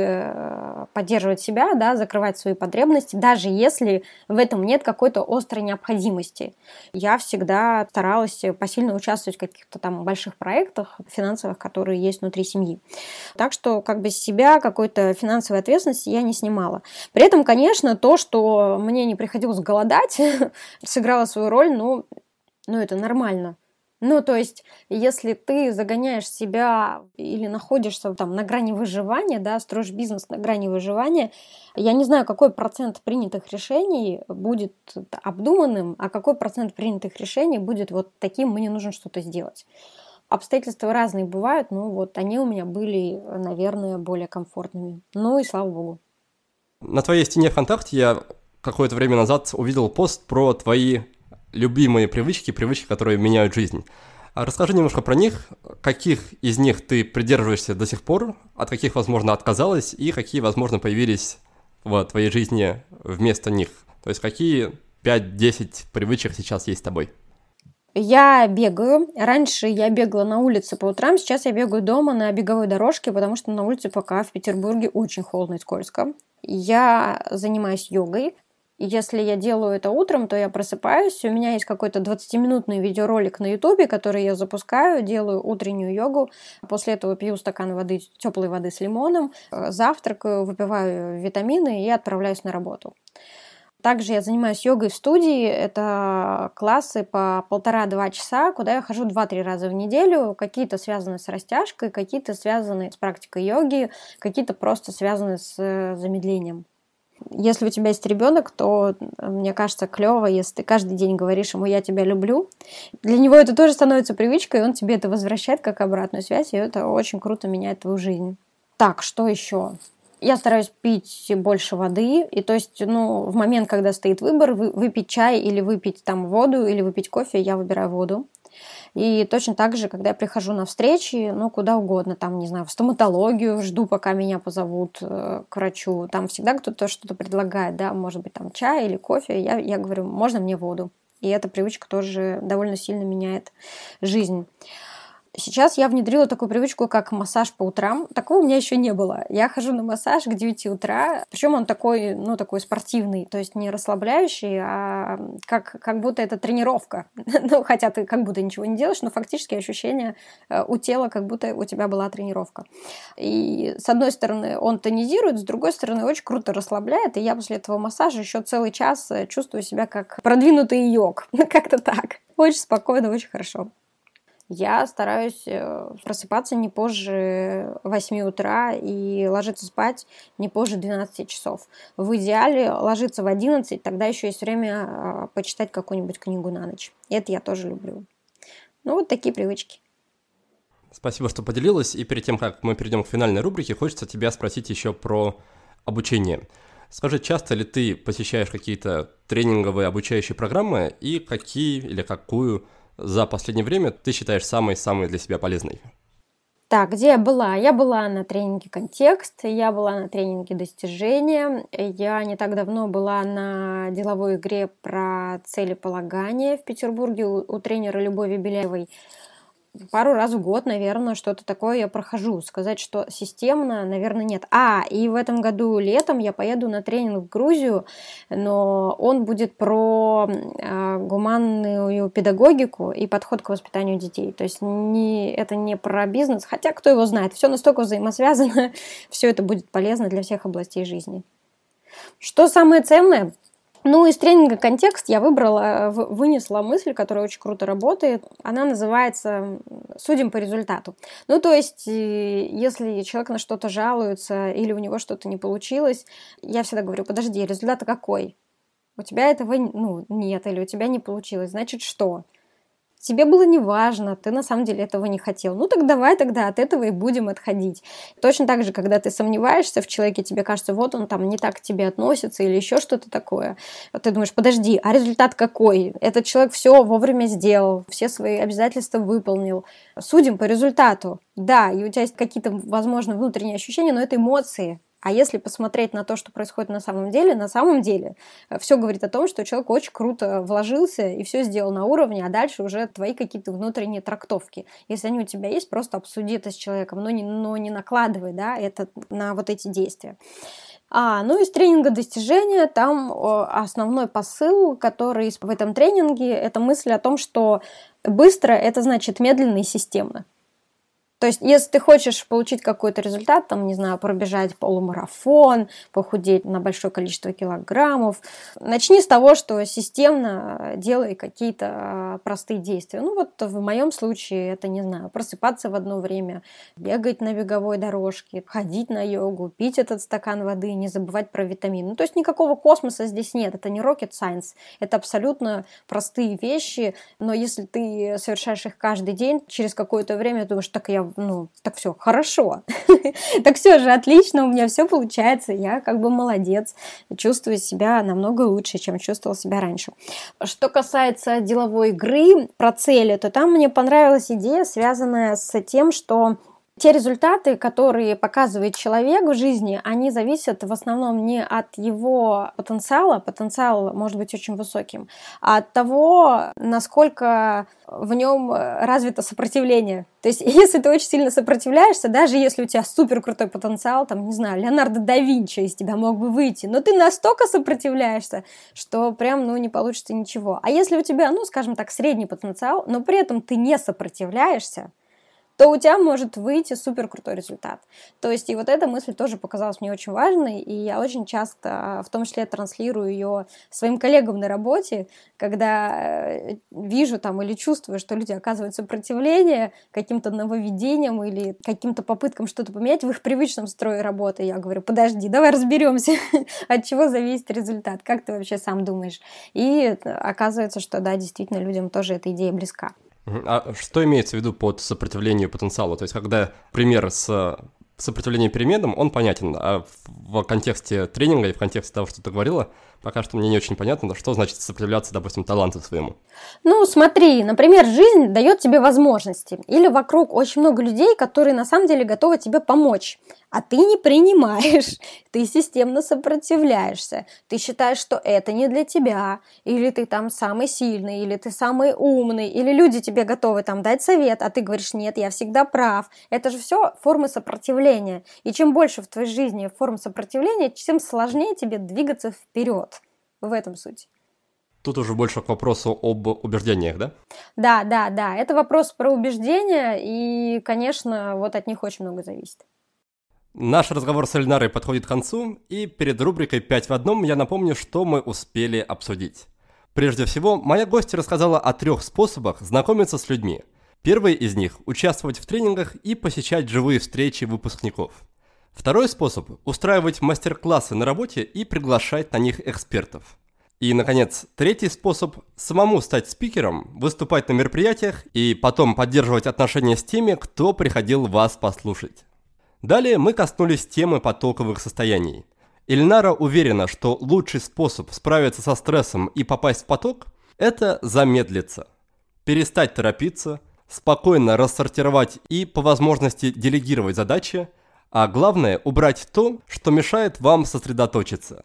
чтобы поддерживать себя, да, закрывать свои потребности, даже если в этом нет какой-то острой необходимости. Я всегда старалась посильно участвовать в каких-то там больших проектах финансовых, которые есть внутри семьи. Так что как бы с себя какой-то финансовой ответственности я не снимала. При этом, конечно, то, что мне не приходилось голодать, сыграло свою роль, ну, это нормально. Ну, то есть, если ты загоняешь себя или находишься там на грани выживания, да, строишь бизнес на грани выживания, я не знаю, какой процент принятых решений будет обдуманным, а какой процент принятых решений будет вот таким: мне нужно что-то сделать. Обстоятельства разные бывают, но вот они у меня были, наверное, более комфортными. Ну и слава богу. На твоей стене ВКонтакте я какое-то время назад увидел пост про твои любимые привычки, которые меняют жизнь. Расскажи немножко про них, каких из них ты придерживаешься до сих пор, от каких, возможно, отказалась, и какие, возможно, появились в твоей жизни вместо них. То есть какие 5-10 привычек сейчас есть с тобой? Я бегаю. Раньше я бегала на улице по утрам, сейчас я бегаю дома на беговой дорожке, потому что на улице пока в Петербурге очень холодно и скользко. Я занимаюсь йогой. Если я делаю это утром, то я просыпаюсь, у меня есть какой-то 20-минутный видеоролик на Ютубе, который я запускаю, делаю утреннюю йогу, после этого пью стакан воды, теплой воды с лимоном, завтракаю, выпиваю витамины и отправляюсь на работу. Также я занимаюсь йогой в студии, это классы по 1,5-2 часа, куда я хожу 2-3 раза в неделю, какие-то связаны с растяжкой, какие-то связаны с практикой йоги, какие-то просто связаны с замедлением. Если у тебя есть ребенок, то, мне кажется, клево, если ты каждый день говоришь ему: я тебя люблю. Для него это тоже становится привычкой, и он тебе это возвращает как обратную связь, и это очень круто меняет твою жизнь. Так, что еще? Я стараюсь пить больше воды, и то есть, в момент, когда стоит выбор, выпить чай или выпить там воду, или выпить кофе, я выбираю воду. И точно так же, когда я прихожу на встречи, куда угодно, там, не знаю, в стоматологию, жду, пока меня позовут к врачу, там всегда кто-то что-то предлагает, да, может быть, там чай или кофе, я говорю: можно мне воду? И эта привычка тоже довольно сильно меняет жизнь. Сейчас я внедрила такую привычку, как массаж по утрам. Такого у меня еще не было. Я хожу на массаж к 9 утра. Причем он такой, такой спортивный, то есть не расслабляющий, а как будто это тренировка. Хотя ты как будто ничего не делаешь, но фактически ощущение у тела, как будто у тебя была тренировка. И с одной стороны он тонизирует, с другой стороны очень круто расслабляет. И я после этого массажа еще целый час чувствую себя как продвинутый йог. Как-то так. Очень спокойно, очень хорошо. Я стараюсь просыпаться не позже 8 утра и ложиться спать не позже 12 часов. В идеале ложиться в 11, тогда еще есть время почитать какую-нибудь книгу на ночь. И это я тоже люблю. Вот такие привычки. Спасибо, что поделилась. И перед тем, как мы перейдем к финальной рубрике, хочется тебя спросить еще про обучение. Скажи, часто ли ты посещаешь какие-то тренинговые обучающие программы и какие или какую за последнее время ты считаешь самой-самой для себя полезной? Так, где я была? Я была на тренинге «Контекст», я была на тренинге «Достижения», я не так давно была на деловой игре про целеполагание в Петербурге у тренера Любови Беляевой. Пару раз в год, наверное, что-то такое я прохожу. Сказать, что системно, наверное, нет. И в этом году летом я поеду на тренинг в Грузию, но он будет про гуманную педагогику и подход к воспитанию детей. То есть это не про бизнес, хотя кто его знает. Все настолько взаимосвязано, все это будет полезно для всех областей жизни. Что самое ценное? Из тренинга «Контекст» я вынесла мысль, которая очень круто работает. Она называется «Судим по результату». То есть, если человек на что-то жалуется или у него что-то не получилось, я всегда говорю: подожди, результат какой? У тебя этого нет, или у тебя не получилось. Значит, что? Тебе было неважно, ты на самом деле этого не хотел. Так давай тогда от этого и будем отходить. Точно так же, когда ты сомневаешься в человеке, тебе кажется, вот он там не так к тебе относится или еще что-то такое. Ты думаешь: подожди, а результат какой? Этот человек все вовремя сделал, все свои обязательства выполнил. Судим по результату. Да, и у тебя есть какие-то, возможно, внутренние ощущения, но это эмоции. А если посмотреть на то, что происходит на самом деле все говорит о том, что человек очень круто вложился и все сделал на уровне, а дальше уже твои какие-то внутренние трактовки. Если они у тебя есть, просто обсуди это с человеком, но не накладывай, да, это на вот эти действия. Из тренинга достижения там основной посыл, который в этом тренинге, это мысль о том, что быстро – это значит медленно и системно. То есть, если ты хочешь получить какой-то результат, пробежать полумарафон, похудеть на большое количество килограммов, начни с того, что системно делай какие-то простые действия. В моем случае это, просыпаться в одно время, бегать на беговой дорожке, ходить на йогу, пить этот стакан воды, не забывать про витамины. То есть, никакого космоса здесь нет, это не rocket science, это абсолютно простые вещи, но если ты совершаешь их каждый день, через какое-то время думаешь, так все, хорошо, так все же отлично, у меня все получается, я молодец, чувствую себя намного лучше, чем чувствовала себя раньше. Что касается деловой игры, про цели, то там мне понравилась идея, связанная с тем, что те результаты, которые показывает человек в жизни, они зависят в основном не от его потенциала, потенциал может быть очень высоким, а от того, насколько в нем развито сопротивление. То есть, если ты очень сильно сопротивляешься, даже если у тебя супер крутой потенциал, Леонардо да Винчи из тебя мог бы выйти, но ты настолько сопротивляешься, что прям, не получится ничего. А если у тебя, средний потенциал, но при этом ты не сопротивляешься, то у тебя может выйти супер крутой результат. То есть и вот эта мысль тоже показалась мне очень важной, и я очень часто, в том числе, транслирую ее своим коллегам на работе, когда вижу или чувствую, что люди оказывают сопротивление каким-то нововведениям или каким-то попыткам что-то поменять в их привычном строе работы. Я говорю, подожди, давай разберемся, от чего зависит результат, как ты вообще сам думаешь. И оказывается, что да, действительно, людям тоже эта идея близка. А что имеется в виду под сопротивлением потенциалу? То есть, когда пример с сопротивлением переменам, он понятен, а в контексте тренинга и в контексте того, что ты говорила, пока что мне не очень понятно, что значит сопротивляться, допустим, таланту своему. Смотри, например, жизнь дает тебе возможности, или вокруг очень много людей, которые на самом деле готовы тебе помочь, а ты не принимаешь, ты системно сопротивляешься, ты считаешь, что это не для тебя, или ты самый сильный, или ты самый умный, или люди тебе готовы дать совет, а ты говоришь, нет, я всегда прав. Это же все формы сопротивления, и чем больше в твоей жизни форм сопротивления, тем сложнее тебе двигаться вперед. В этом суть. Тут уже больше к вопросу об убеждениях, да? Да. Это вопрос про убеждения, и, конечно, от них очень много зависит. Наш разговор с Эльнарой подходит к концу, и перед рубрикой «5 в одном» я напомню, что мы успели обсудить. Прежде всего, моя гостья рассказала о 3 способах знакомиться с людьми. Первый из них – участвовать в тренингах и посещать живые встречи выпускников. Второй способ – устраивать мастер-классы на работе и приглашать на них экспертов. И, наконец, третий способ – самому стать спикером, выступать на мероприятиях и потом поддерживать отношения с теми, кто приходил вас послушать. Далее мы коснулись темы потоковых состояний. Эльнара уверена, что лучший способ справиться со стрессом и попасть в поток – это замедлиться, перестать торопиться, спокойно рассортировать и по возможности делегировать задачи, а главное – убрать то, что мешает вам сосредоточиться.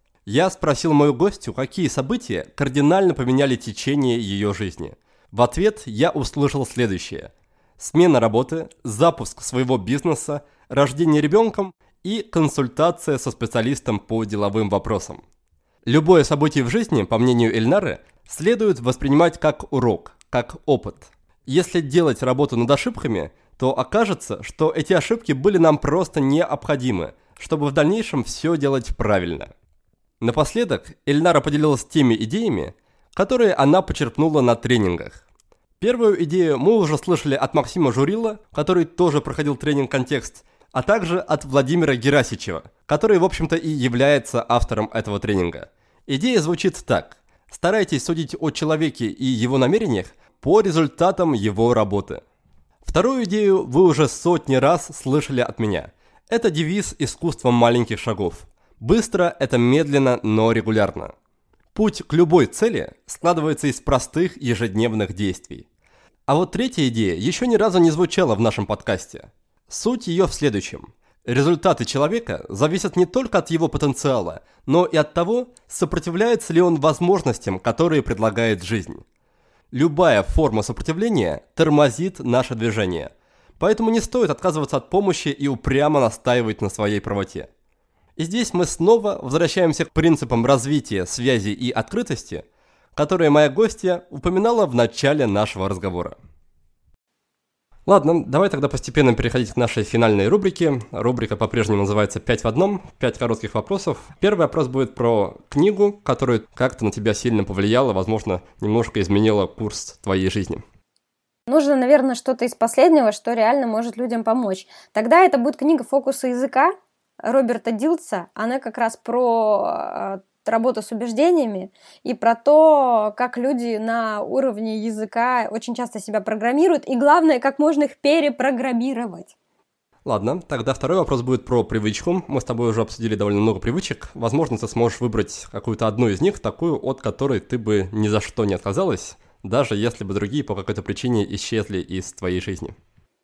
Я спросил мою гостью, какие события кардинально поменяли течение ее жизни. В ответ я услышал следующее. Смена работы, запуск своего бизнеса, рождение ребенком и консультация со специалистом по деловым вопросам. Любое событие в жизни, по мнению Эльнары, следует воспринимать как урок, как опыт. Если делать работу над ошибками, то окажется, что эти ошибки были нам просто необходимы, чтобы в дальнейшем все делать правильно. Напоследок, Эльнара поделилась теми идеями, которые она почерпнула на тренингах. Первую идею мы уже слышали от Максима Журила, который тоже проходил тренинг «Контекст», а также от Владимира Герасичева, который, в общем-то, и является автором этого тренинга. Идея звучит так. Старайтесь судить о человеке и его намерениях по результатам его работы. Вторую идею вы уже сотни раз слышали от меня. Это девиз искусства маленьких шагов. Быстро – это медленно, но регулярно. Путь к любой цели складывается из простых ежедневных действий. А вот третья идея еще ни разу не звучала в нашем подкасте. Суть ее в следующем. Результаты человека зависят не только от его потенциала, но и от того, сопротивляется ли он возможностям, которые предлагает жизнь. Любая форма сопротивления тормозит наше движение, поэтому не стоит отказываться от помощи и упрямо настаивать на своей правоте. И здесь мы снова возвращаемся к принципам развития, связи и открытости, которые моя гостья упоминала в начале нашего разговора. Ладно, давай тогда постепенно переходить к нашей финальной рубрике. Рубрика по-прежнему называется «5 в одном», 5 коротких вопросов. Первый вопрос будет про книгу, которая как-то на тебя сильно повлияла, возможно, немножко изменила курс твоей жизни. Нужно, наверное, что-то из последнего, что реально может людям помочь. Тогда это будет книга «Фокусы языка» Роберта Дилтса. Она как раз про работу с убеждениями и про то, как люди на уровне языка очень часто себя программируют, и главное, как можно их перепрограммировать. Ладно, тогда второй вопрос будет про привычку. Мы с тобой уже обсудили довольно много привычек. Возможно, ты сможешь выбрать какую-то одну из них, такую, от которой ты бы ни за что не отказалась, даже если бы другие по какой-то причине исчезли из твоей жизни.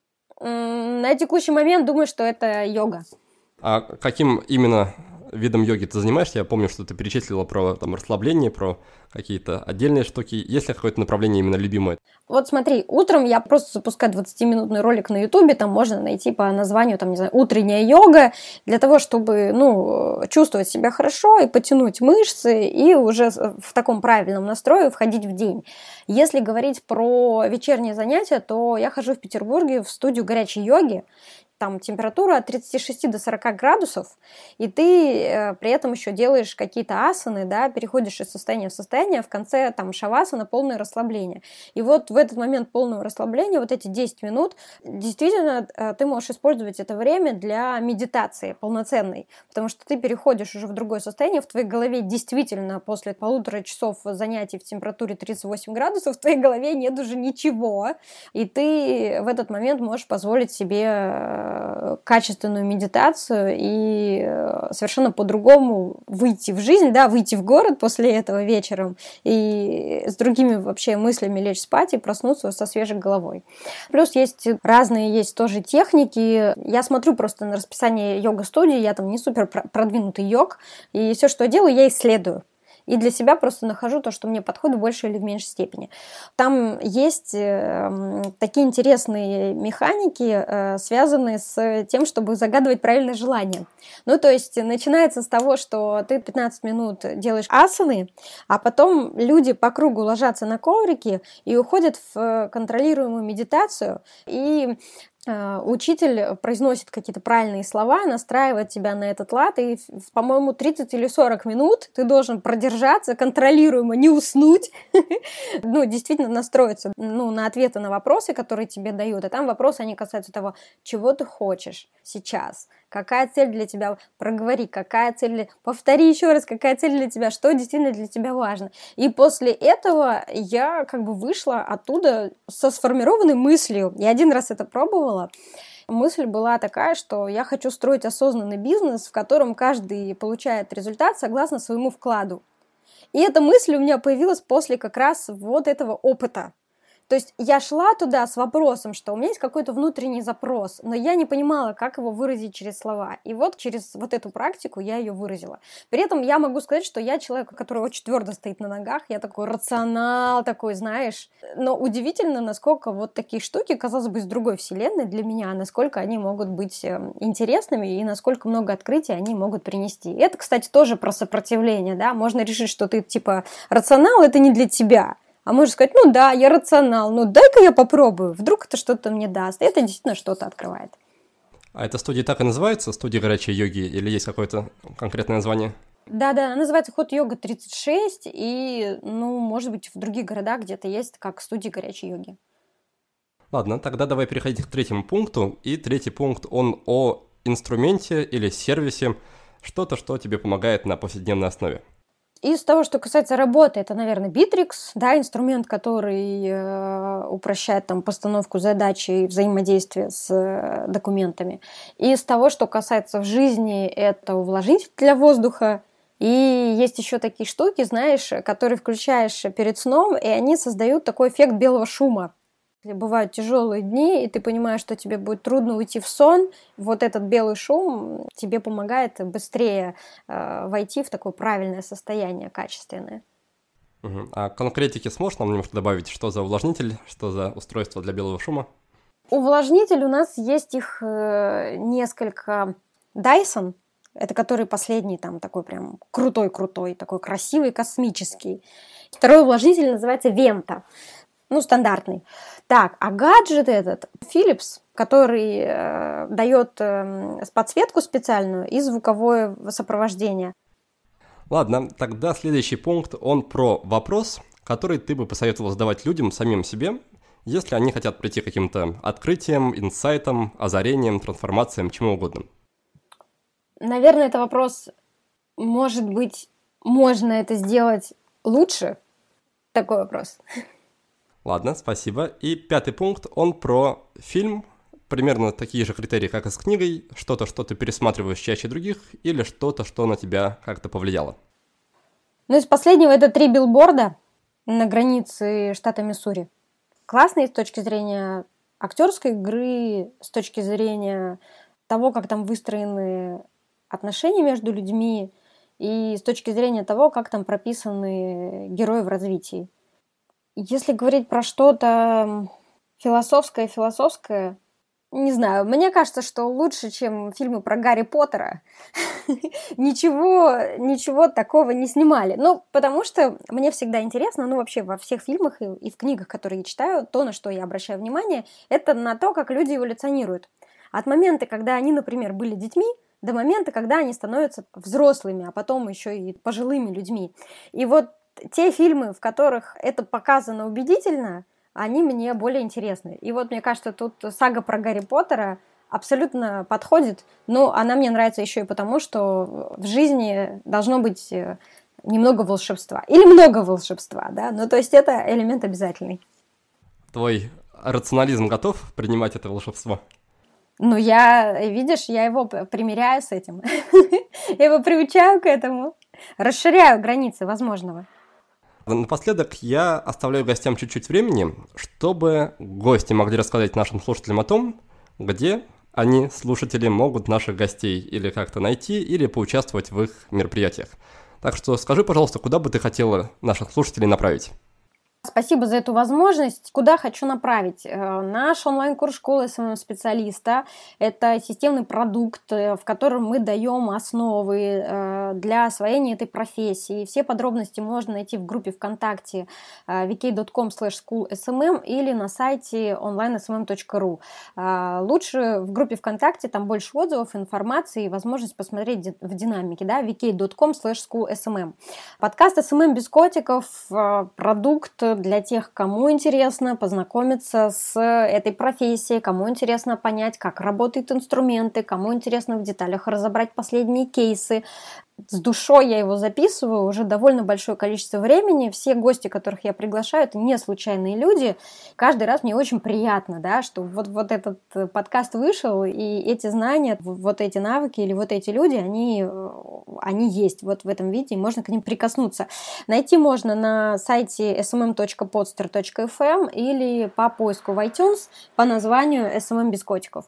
На текущий момент думаю, что это йога. А каким именно видом йоги ты занимаешься? Я помню, что ты перечислила про расслабление, про какие-то отдельные штуки. Есть ли какое-то направление именно любимое? Вот смотри, утром я просто запускаю 20-минутный ролик на Ютубе, там можно найти по названию, утренняя йога, для того, чтобы, чувствовать себя хорошо и потянуть мышцы, и уже в таком правильном настрое входить в день. Если говорить про вечерние занятия, то я хожу в Петербурге в студию горячей йоги. Там температура от 36 до 40 градусов, и ты при этом еще делаешь какие-то асаны, да, переходишь из состояния в состояние, в конце шавасана, полное расслабление. И вот в этот момент полного расслабления, вот эти 10 минут, действительно ты можешь использовать это время для медитации полноценной, потому что ты переходишь уже в другое состояние, в твоей голове действительно после 1,5 часов занятий в температуре 38 градусов в твоей голове нет уже ничего, и ты в этот момент можешь позволить себе качественную медитацию и совершенно по-другому выйти в жизнь, да, выйти в город после этого вечером и с другими вообще мыслями лечь спать и проснуться со свежей головой. Плюс есть разные тоже техники. Я смотрю просто на расписание йога-студии, я там не супер продвинутый йог, и все, что я делаю, я исследую. И для себя просто нахожу то, что мне подходит в большей или в меньшей степени. Там есть такие интересные механики, связанные с тем, чтобы загадывать правильное желание. То есть начинается с того, что ты 15 минут делаешь асаны, а потом люди по кругу ложатся на коврики и уходят в контролируемую медитацию, и учитель произносит какие-то правильные слова, настраивает тебя на этот лад, и, по-моему, 30 или 40 минут ты должен продержаться, контролируемо не уснуть, действительно настроиться на ответы на вопросы, которые тебе дают. А там вопросы, они касаются того, чего ты хочешь сейчас, какая цель для тебя, проговори, какая цель, повтори еще раз, какая цель для тебя, что действительно для тебя важно. И после этого я вышла оттуда со сформированной мыслью. Я один раз это пробовала. Мысль была такая, что я хочу строить осознанный бизнес, в котором каждый получает результат согласно своему вкладу. И эта мысль у меня появилась после как раз вот этого опыта. То есть я шла туда с вопросом, что у меня есть какой-то внутренний запрос, но я не понимала, как его выразить через слова. И вот через вот эту практику я ее выразила. При этом я могу сказать, что я человек, который очень твердо стоит на ногах, я такой рационал, такой, знаешь. Но удивительно, насколько вот такие штуки, казалось бы, из другой вселенной для меня, насколько они могут быть интересными и насколько много открытий они могут принести. Это, кстати, тоже про сопротивление, да. Можно решить, что ты рационал, это не для тебя. А можно сказать, да, я рационал, дай-ка я попробую, вдруг это что-то мне даст. И это действительно что-то открывает. А эта студия так и называется, студия горячей йоги, или есть какое-то конкретное название? Да, она называется Hot Yoga 36, и, может быть, в других городах где-то есть как студия горячей йоги. Ладно, тогда давай переходить к третьему пункту. И третий пункт, он о инструменте или сервисе, что-то, что тебе помогает на повседневной основе. Из того, что касается работы, это, наверное, Bittrex, да, инструмент, который упрощает постановку задач и взаимодействие с документами. И из того, что касается в жизни, это увлажнитель для воздуха. И есть еще такие штуки, знаешь, которые включаешь перед сном, и они создают такой эффект белого шума. бывают тяжелые дни, и ты понимаешь, что тебе будет трудно уйти в сон, вот этот белый шум тебе помогает быстрее войти в такое правильное состояние, качественное. А конкретики сможешь нам немножко добавить, что за увлажнитель, что за устройство для белого шума? Увлажнитель у нас есть их несколько. Dyson, это который последний, там такой прям крутой, такой красивый, космический. Второй увлажнитель называется Venta, стандартный. Так, а гаджет этот Philips, который дает подсветку специальную и звуковое сопровождение. Ладно, тогда следующий пункт, он про вопрос, который ты бы посоветовал задавать людям, самим себе, если они хотят прийти к каким-то открытиям, инсайтам, озарениям, трансформациям, чему угодно. Наверное, это вопрос, может быть, можно это сделать лучше? Такой вопрос. Ладно, спасибо. И 5 пункт, он про фильм, примерно такие же критерии, как и с книгой, что-то, что ты пересматриваешь чаще других, или что-то, что на тебя как-то повлияло. Из последнего это 3 билборда на границе штата Миссури. Классные с точки зрения актерской игры, с точки зрения того, как там выстроены отношения между людьми, и с точки зрения того, как там прописаны герои в развитии. Если говорить про что-то философское, не знаю, мне кажется, что лучше, чем фильмы про Гарри Поттера, ничего такого не снимали. Потому что мне всегда интересно, вообще во всех фильмах и в книгах, которые я читаю, то, на что я обращаю внимание, это на то, как люди эволюционируют. От момента, когда они, например, были детьми, до момента, когда они становятся взрослыми, а потом еще и пожилыми людьми. И вот те фильмы, в которых это показано убедительно, они мне более интересны. И вот мне кажется, тут сага про Гарри Поттера абсолютно подходит, но она мне нравится еще и потому, что в жизни должно быть немного волшебства. Или много волшебства, да? То есть это элемент обязательный. Твой рационализм готов принимать это волшебство? Я его примиряю с этим. Я его приучаю к этому. Расширяю границы возможного. Напоследок я оставляю гостям чуть-чуть времени, чтобы гости могли рассказать нашим слушателям о том, где они, слушатели, могут наших гостей или как-то найти, или поучаствовать в их мероприятиях. Так что скажи, пожалуйста, куда бы ты хотела наших слушателей направить? Спасибо за эту возможность. Куда хочу направить? Наш онлайн-курс школы СММ-специалиста – это системный продукт, в котором мы даем основы для освоения этой профессии. Все подробности можно найти в группе ВКонтакте vk.com/schoolsmm или на сайте online.smm.ru. Лучше в группе ВКонтакте, там больше отзывов, информации и возможность посмотреть в динамике, да, vk.com/schoolsmm. Подкаст «СММ без котиков» – продукт для тех, кому интересно познакомиться с этой профессией, кому интересно понять, как работают инструменты, кому интересно в деталях разобрать последние кейсы. С душой я его записываю уже довольно большое количество времени. Все гости, которых я приглашаю, это не случайные люди. Каждый раз мне очень приятно, да, что вот этот подкаст вышел, и эти знания, вот эти навыки или вот эти люди, они есть вот в этом виде, и можно к ним прикоснуться. Найти можно на сайте smm.podster.fm или по поиску в iTunes по названию SMM без котиков.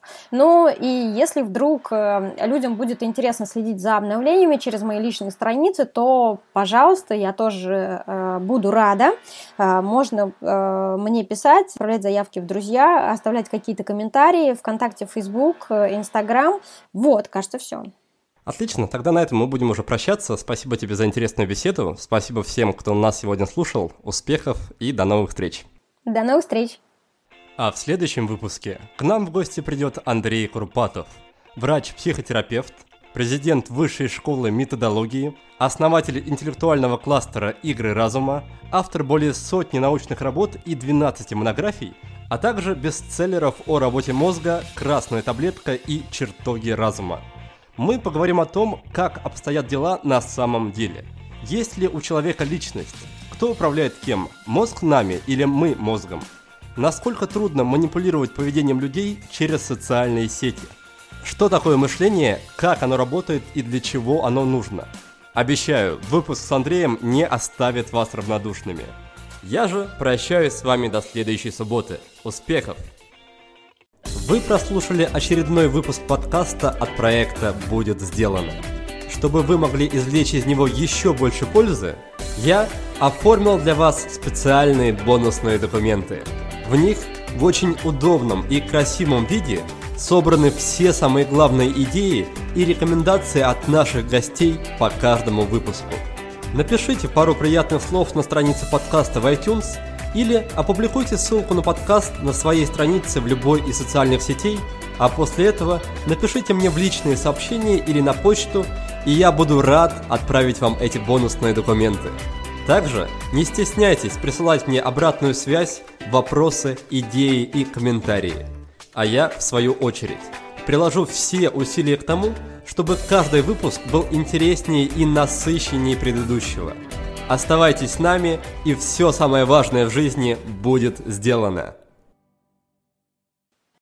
И если вдруг людям будет интересно следить за обновлениями через мои личные страницы, то, пожалуйста, я тоже буду рада. Можно мне писать, отправлять заявки в друзья, оставлять какие-то комментарии ВКонтакте, Фейсбук, Инстаграм. Кажется, все. Отлично, тогда на этом мы будем уже прощаться. Спасибо тебе за интересную беседу. Спасибо всем, кто нас сегодня слушал. Успехов и до новых встреч. До новых встреч. А в следующем выпуске к нам в гости придет Андрей Курпатов, врач-психотерапевт, президент Высшей школы методологии, основатель интеллектуального кластера «Игры разума», автор более сотни научных работ и 12 монографий, а также бестселлеров о работе мозга «Красная таблетка» и «Чертоги разума». Мы поговорим о том, как обстоят дела на самом деле. Есть ли у человека личность? Кто управляет кем? Мозг нами или мы мозгом? Насколько трудно манипулировать поведением людей через социальные сети? Что такое мышление, как оно работает и для чего оно нужно? Обещаю, выпуск с Андреем не оставит вас равнодушными. Я же прощаюсь с вами до следующей субботы. Успехов! Вы прослушали очередной выпуск подкаста от проекта «Будет сделано». Чтобы вы могли извлечь из него еще больше пользы, я оформил для вас специальные бонусные документы. В них в очень удобном и красивом виде собраны все самые главные идеи и рекомендации от наших гостей по каждому выпуску. Напишите пару приятных слов на странице подкаста в iTunes или опубликуйте ссылку на подкаст на своей странице в любой из социальных сетей, а после этого напишите мне в личные сообщения или на почту, и я буду рад отправить вам эти бонусные документы. Также не стесняйтесь присылать мне обратную связь, вопросы, идеи и комментарии. А я, в свою очередь, приложу все усилия к тому, чтобы каждый выпуск был интереснее и насыщеннее предыдущего. Оставайтесь с нами, и все самое важное в жизни будет сделано.